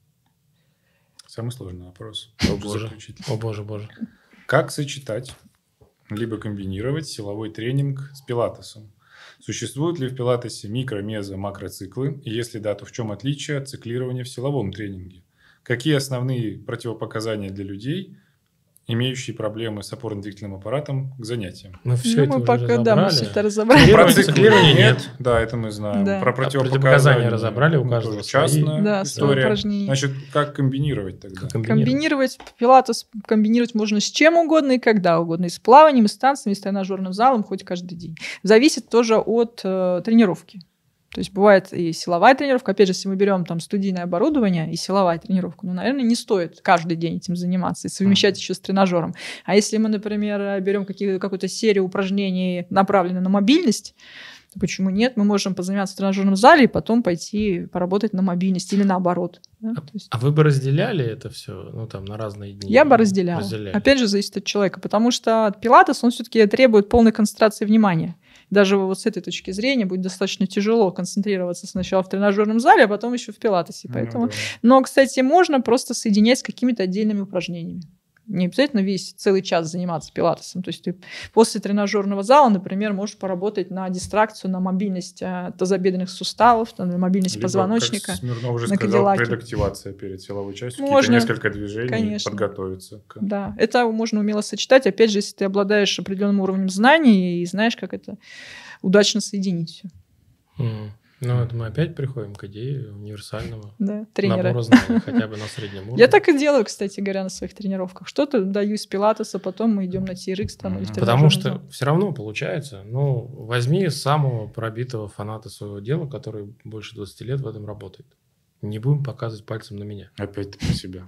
Самый сложный вопрос. О, Уже боже. заключительный. О, боже, боже. Как сочетать либо комбинировать силовой тренинг с пилатесом? Существуют ли в пилатесе микро, мезо, макроциклы? И если да, то в чем отличие от циклирования в силовом тренинге? Какие основные противопоказания для людей, имеющие проблемы с опорно-двигательным аппаратом, к занятиям? Мы все Ну, это мы уже пока, да, мы все разобрали. это разобрали. Циклирование- Про циклы циклирования нет. нет. Да, это мы знаем. Да. Про А противопоказания противопоказания разобрали, у ну, каждого тоже свои. частная Да, свои история. упражнения. Значит, как комбинировать тогда? Как комбинировать. Комбинировать пилатес комбинировать можно с чем угодно и когда угодно. И с плаванием, и с танцами, и с тренажерным залом, хоть каждый день. Зависит тоже от э, тренировки. То есть бывает и силовая тренировка. Опять же, если мы берем там студийное оборудование и силовая тренировка, ну, наверное, не стоит каждый день этим заниматься и совмещать Мгм. еще с тренажером. А если мы, например, берем какие- какую-то серию упражнений, направленную на мобильность, то почему нет? Мы можем позаниматься в тренажерном зале и потом пойти поработать на мобильности или наоборот. Да? То есть А вы бы разделяли это все, ну, там, на разные дни? я бы разделяла. Разделяли. Опять же, зависит от человека, потому что пилатес, он все-таки требует полной концентрации внимания. Даже вот с этой точки зрения будет достаточно тяжело концентрироваться сначала в тренажерном зале, а потом еще в пилатесе. Ну, Поэтому... да. Но, кстати, можно просто соединять с какими-то отдельными упражнениями. Не обязательно весь целый час заниматься пилатесом. То есть ты после тренажерного зала, например, можешь поработать на дистракцию, на мобильность э, тазобедренных суставов, там, на мобильность Либо, позвоночника. как Смирнов уже на сказал, Кадиллаке. предактивация перед силовой частью. Можно. Какие-то несколько движений, Конечно. подготовиться. К... Да, это можно умело сочетать, опять же, если ты обладаешь определенным уровнем знаний и знаешь, как это удачно соединить все. Мгм. Ну, это мы опять приходим к идее универсального Да, тренера. набора знаний, хотя бы на среднем уровне. Я так и делаю, кстати говоря, на своих тренировках. Что-то даю из пилатеса, потом мы идем на ти эр икс там, или в Мгм. Потому тренажерный что зал. все равно получается. Ну, возьми самого пробитого фаната своего дела, который больше двадцати лет в этом работает. Не будем показывать пальцем на меня. Опять про себя.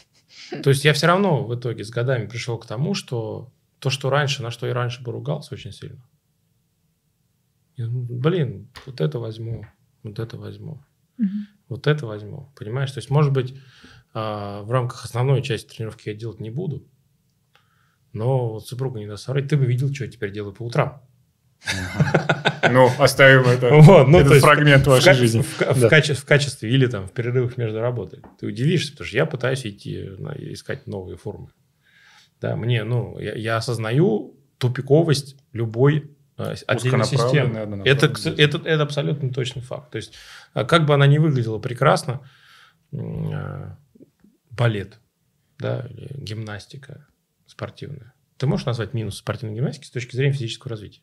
То есть я все равно в итоге с годами пришел к тому, что то, что раньше, на что я раньше бы ругался очень сильно. Я, ну, блин, вот это возьму, вот это возьму, Мгм. вот это возьму. Понимаешь? То есть, может быть, а, в рамках основной части тренировки я делать не буду, но вот супруга не даст соврать. Ты бы видел, что я теперь делаю по утрам. Ну, оставим это, Вот, ну, то этот есть фрагмент в вашей ка- жизни. В, ка- в Да. каче- в качестве или там в перерывах между работой. Ты удивишься, потому что я пытаюсь идти, на- искать новые формы. Да, мне, ну, я, я осознаю тупиковость любой э, отдельной Узконаправленная, системы. однонаправленная. Это, к с- это, это абсолютно точный факт. То есть, а как бы она ни выглядела прекрасно, м, э, балет, да, или гимнастика спортивная. Ты можешь назвать минус спортивной гимнастики с точки зрения физического развития?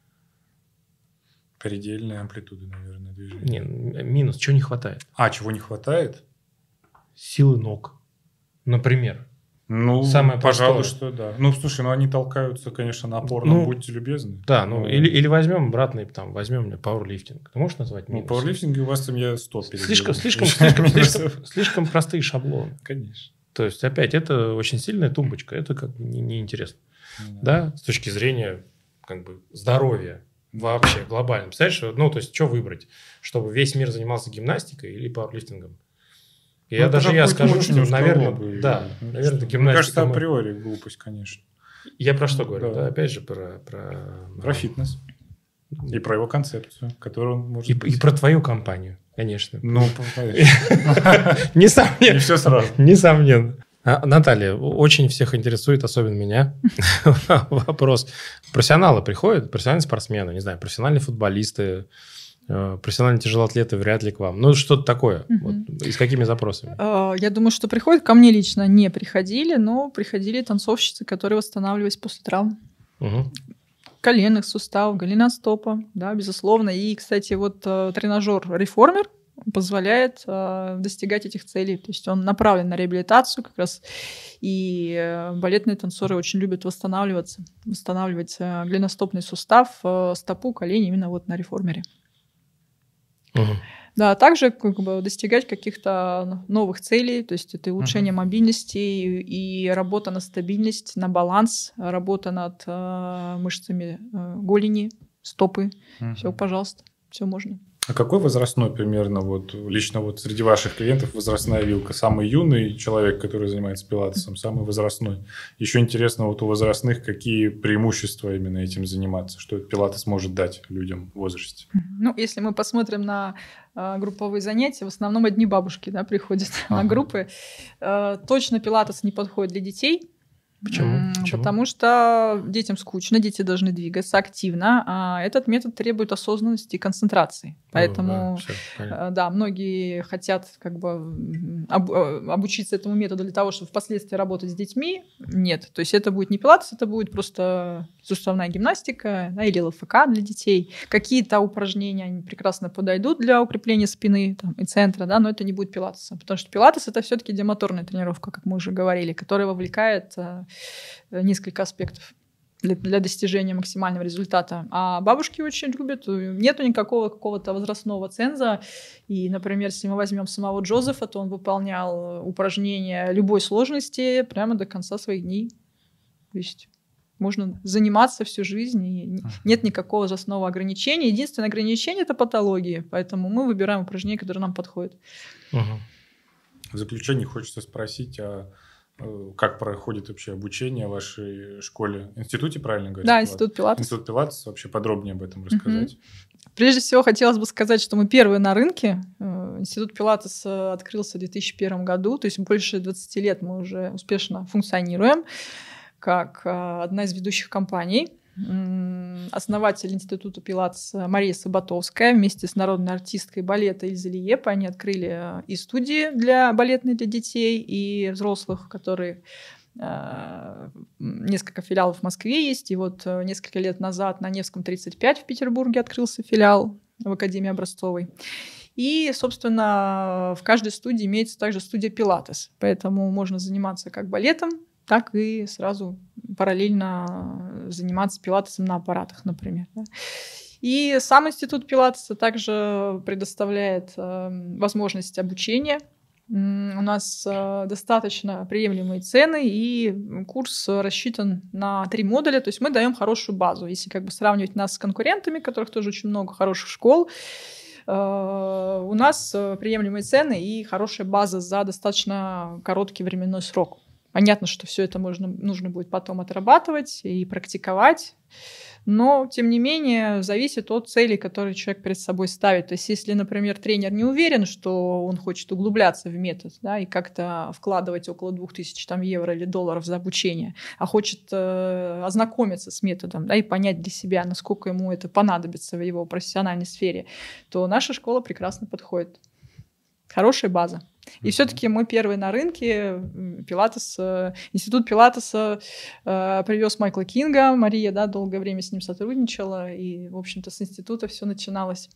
Предельная амплитуда, наверное, движения. Не, минус, чего не хватает? А, чего не хватает? Силы ног, например. Ну, Самое пожалуй, простое. что да. Ну, слушай, ну они толкаются, конечно, на опорном, Ну, будьте любезны. Да, ну, или, или возьмем обратный, там, возьмем мне пауэрлифтинг. Ты можешь назвать Ну, минус? пауэрлифтинге у вас там я сто Слишком, переделал. слишком, слишком, слишком, слишком простые шаблоны. Конечно. То есть, опять, это очень сильная тумбочка, это как бы не- неинтересно. Да, с точки зрения как бы здоровья вообще глобально. Представляешь, ну, то есть, что выбрать? Чтобы весь мир занимался гимнастикой или пауэрлифтингом? И Ну, я это даже я какой-то скажу, очень что, узколобый, наверное, да, ну, наверное, что? гимнастика... Мне кажется, мы- априори глупость, конечно. Я про что говорю? Да. Да, опять же, про... Про, Про фитнес. И про его концепцию, которую он может И, быть. и про твою компанию, конечно. Ну, конечно. Не Несомненно. все сразу. Несомненно. А, Наталья, очень всех интересует, особенно меня, вопрос. Профессионалы приходят, профессиональные спортсмены, не знаю, профессиональные футболисты, э, профессиональные тяжелоатлеты вряд ли к вам. Ну, что-то такое. Мгм. Вот, и с какими запросами? Э, Я думаю, что приходят. Ко мне лично не приходили, но приходили танцовщицы, которые восстанавливались после травм. Мгм. Коленных суставов, голеностопа, да, безусловно. И, кстати, вот э, тренажер реформер, позволяет э, достигать этих целей. То есть он направлен на реабилитацию как раз. И э, балетные танцоры очень любят восстанавливаться, восстанавливать э, голеностопный сустав, э, стопу, колени именно вот на реформере. Угу. Да, а также как бы достигать каких-то новых целей, то есть это улучшение uh-huh. мобильности и, и работа на стабильность, на баланс, работа над э, мышцами э, голени, стопы. Uh-huh. Все, пожалуйста, все можно. А какой возрастной примерно, вот лично вот среди ваших клиентов возрастная вилка? Самый юный человек, который занимается пилатесом, самый возрастной. Еще интересно, вот у возрастных какие преимущества именно этим заниматься? Что пилатес может дать людям в возрасте? Ну, если мы посмотрим на э, групповые занятия, в основном одни бабушки, да, приходят ага. на группы. Э, точно пилатес не подходит для детей. Почему? Почему? Потому что детям скучно, дети должны двигаться активно, а этот метод требует осознанности и концентрации. Поэтому, О, да, да, многие хотят как бы об, обучиться этому методу для того, чтобы впоследствии работать с детьми. Нет, то есть это будет не пилатес, это будет просто суставная гимнастика, да, или эл эф ка для детей. Какие-то упражнения они прекрасно подойдут для укрепления спины там, и центра, да, но это не будет пилатеса, потому что пилатес — это все-таки демоторная тренировка, как мы уже говорили, которая вовлекает несколько аспектов для, для достижения максимального результата. А бабушки очень любят. Нету никакого какого-то возрастного ценза. И, например, если мы возьмем самого Джозефа, то он выполнял упражнения любой сложности прямо до конца своих дней. То есть можно заниматься всю жизнь, и нет никакого возрастного ограничения. Единственное ограничение — это патологии. Поэтому мы выбираем упражнения, которые нам подходят. Угу. В заключение хочется спросить, а как проходит вообще обучение в вашей школе? Институте, правильно говорю? Да, институт пилатес. Институт пилатес. Вообще подробнее об этом рассказать. Угу. Прежде всего, хотелось бы сказать, что мы первые на рынке. Институт пилатес открылся в две тысячи первом году, то есть больше двадцати лет мы уже успешно функционируем как одна из ведущих компаний. Основатель института пилатес Мария Саботовская вместе с народной артисткой балета Ильзой Лиепой они открыли и студии для балетные для детей и взрослых, которые э, несколько филиалов в Москве есть. И вот несколько лет назад на Невском тридцать пять в Петербурге открылся филиал в Академии Образцовой. И, собственно, в каждой студии имеется также студия пилатес. Поэтому можно заниматься как балетом, так и сразу параллельно заниматься пилатесом на аппаратах, например. Да. И сам институт пилатеса также предоставляет э, возможность обучения. У нас э, достаточно приемлемые цены, и курс рассчитан на три модуля, то есть мы даем хорошую базу. Если как бы сравнивать нас с конкурентами, которых тоже очень много хороших школ, э, у нас приемлемые цены и хорошая база за достаточно короткий временной срок. Понятно, что все это можно, нужно будет потом отрабатывать и практиковать, но, тем не менее, зависит от целей, которые человек перед собой ставит. То есть, если, например, тренер не уверен, что он хочет углубляться в метод, да, и как-то вкладывать около двух тысяч там, евро или долларов за обучение, а хочет э, ознакомиться с методом, да, и понять для себя, насколько ему это понадобится в его профессиональной сфере, то наша школа прекрасно подходит. Хорошая база. И mm-hmm. все-таки мы первые на рынке. Пилатес, институт пилатеса э, привез Майкла Кинга. Мария, да, долгое время с ним сотрудничала. И, в общем-то, с института все начиналось.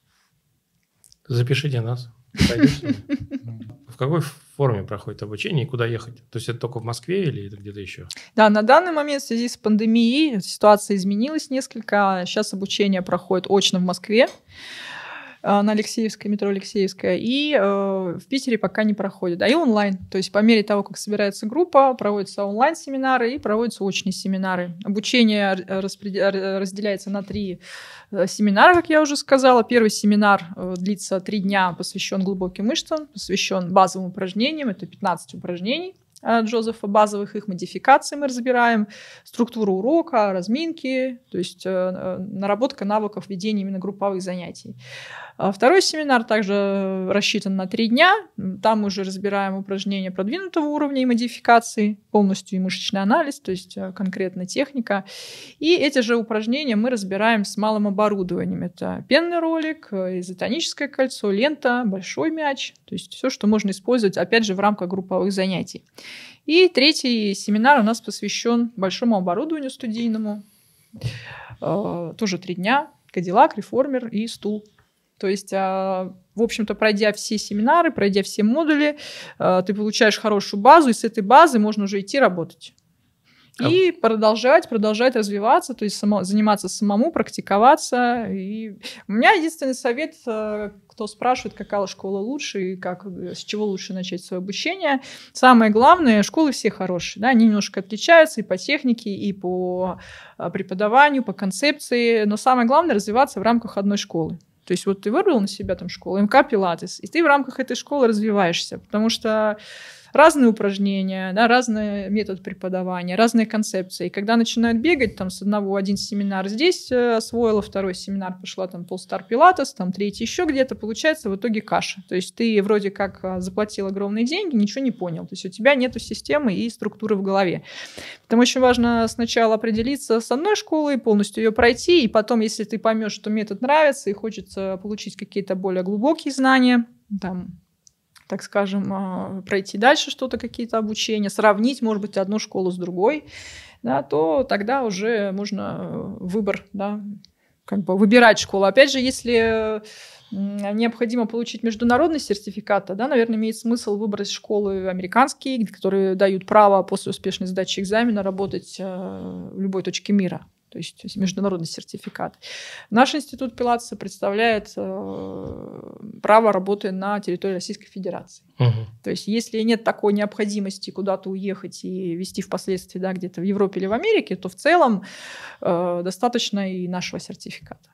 Запишите нас. В какой форме проходит обучение и куда ехать? То есть это только в Москве или это где-то еще? Да, на данный момент в связи с пандемией ситуация изменилась несколько. Сейчас обучение проходит очно в Москве, на Алексеевской, метро Алексеевская, и э, в Питере пока не проходит. А и онлайн. То есть по мере того, как собирается группа, проводятся онлайн-семинары и проводятся очные семинары. Обучение распред... разделяется на три семинара, как я уже сказала. Первый семинар э, длится три дня, посвящен глубоким мышцам, посвящен базовым упражнениям. Это пятнадцать упражнений Джозефа, базовых, их модификаций мы разбираем, структуру урока, разминки, то есть э, наработка навыков ведения именно групповых занятий. Второй семинар также рассчитан на три дня. Там мы уже разбираем упражнения продвинутого уровня и модификации, полностью и мышечный анализ, то есть конкретная техника. И эти же упражнения мы разбираем с малым оборудованием. Это пенный ролик, изотоническое кольцо, лента, большой мяч, то есть все, что можно использовать, опять же, в рамках групповых занятий. И третий семинар у нас посвящен большому оборудованию студийному. Тоже три дня. Кадиллак, реформер и стул. То есть, в общем-то, пройдя все семинары, пройдя все модули, ты получаешь хорошую базу, и с этой базы можно уже идти работать. И продолжать, продолжать развиваться, то есть само, заниматься самому, практиковаться. И у меня единственный совет, кто спрашивает, какая школа лучше и как, с чего лучше начать свое обучение. Самое главное, школы все хорошие, да, они немножко отличаются и по технике, и по преподаванию, по концепции, но самое главное развиваться в рамках одной школы. То есть вот ты выбрал на себя там школу эм ка Пилатес, и ты в рамках этой школы развиваешься, потому что разные упражнения, да, разный метод преподавания, разные концепции. И когда начинают бегать, там с одного один семинар здесь освоила, второй семинар пошла, там полстар пилатес, там третий еще где-то, получается в итоге каша. То есть ты вроде как заплатил огромные деньги, ничего не понял. То есть у тебя нету системы и структуры в голове. Поэтому очень важно сначала определиться с одной школой, полностью ее пройти, и потом, если ты поймешь, что метод нравится и хочется получить какие-то более глубокие знания, там, так скажем, пройти дальше что-то, какие-то обучения, сравнить, может быть, одну школу с другой, да, то тогда уже можно выбор, да, как бы выбирать школу. Опять же, если необходимо получить международный сертификат, да, наверное, имеет смысл выбрать школы американские, которые дают право после успешной сдачи экзамена работать в любой точке мира. То есть международный сертификат. Наш институт Пилатеса представляет э, право работы на территории Российской Федерации. Угу. То есть если нет такой необходимости куда-то уехать и вести впоследствии, да, где-то в Европе или в Америке, то в целом э, достаточно и нашего сертификата.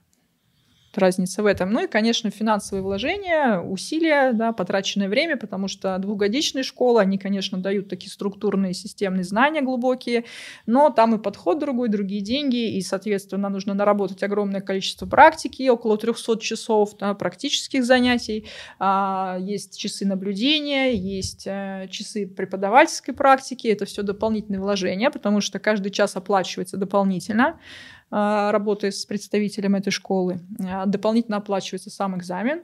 Разница в этом. Ну и, конечно, финансовые вложения, усилия, да, потраченное время, потому что двухгодичные школы, они, конечно, дают такие структурные системные знания глубокие, но там и подход другой, другие деньги, и, соответственно, нужно наработать огромное количество практики, около трехсот часов, да, практических занятий. А, есть часы наблюдения, есть а, часы преподавательской практики, это все дополнительные вложения, потому что каждый час оплачивается дополнительно, работая с представителем этой школы. Дополнительно оплачивается сам экзамен,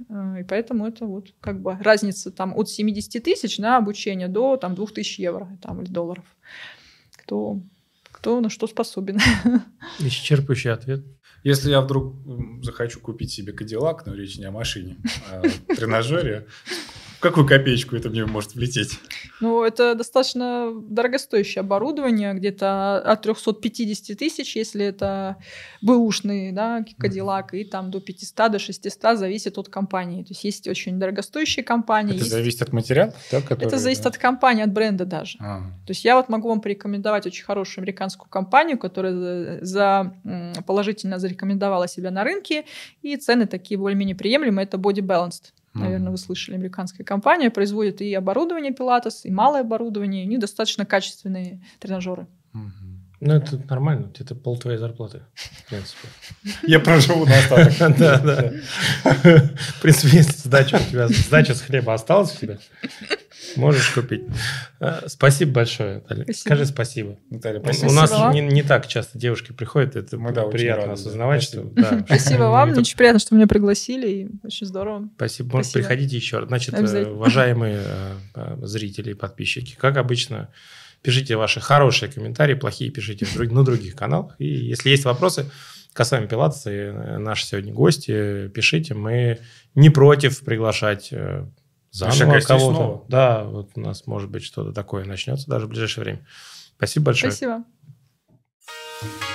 и поэтому это вот как бы разница там от семидесяти тысяч на обучение до там двух тысяч евро там, или долларов. Кто, кто на что способен. Исчерпывающий ответ. Если я вдруг захочу купить себе Кадиллак, но речь не о машине, а о тренажере, в какую копеечку это мне может влететь? Ну, это достаточно дорогостоящее оборудование, где-то от трехсот пятидесяти тысяч, если это бэушный, да, Кадиллак, и там до пятисот, до шестисот, зависит от компании. То есть есть очень дорогостоящие компании. Это есть... зависит от материала? Да, которые... Это зависит от компании, от бренда даже. А. То есть я вот могу вам порекомендовать очень хорошую американскую компанию, которая за... положительно зарекомендовала себя на рынке, и цены такие более-менее приемлемые. Это Body Balanced. Наверное, вы слышали, американская компания производит и оборудование Пилатес, и малое оборудование, и достаточно качественные тренажеры. Ну, это нормально, это пол твоей зарплаты, в принципе. Я проживу на остаток. Да, да. В принципе, если сдача у тебя, сдача с хлеба осталась у тебя, можешь купить. Спасибо большое, Наталья. Спасибо. Скажи спасибо. Наталья, спасибо. У нас не, не так часто девушки приходят, это Мы, да, приятно осознавать, что... Да, спасибо вам, мне очень приятно, что меня пригласили, и очень здорово. Спасибо. Может, приходите еще раз. Значит, уважаемые зрители и подписчики, как обычно, пишите ваши хорошие комментарии, плохие пишите на других каналах. И если есть вопросы касаемо Пилатеса и наши сегодня гости, пишите. Мы не против приглашать заново кого-то. Да, вот у нас, может быть, что-то такое начнется даже в ближайшее время. Спасибо большое. Спасибо.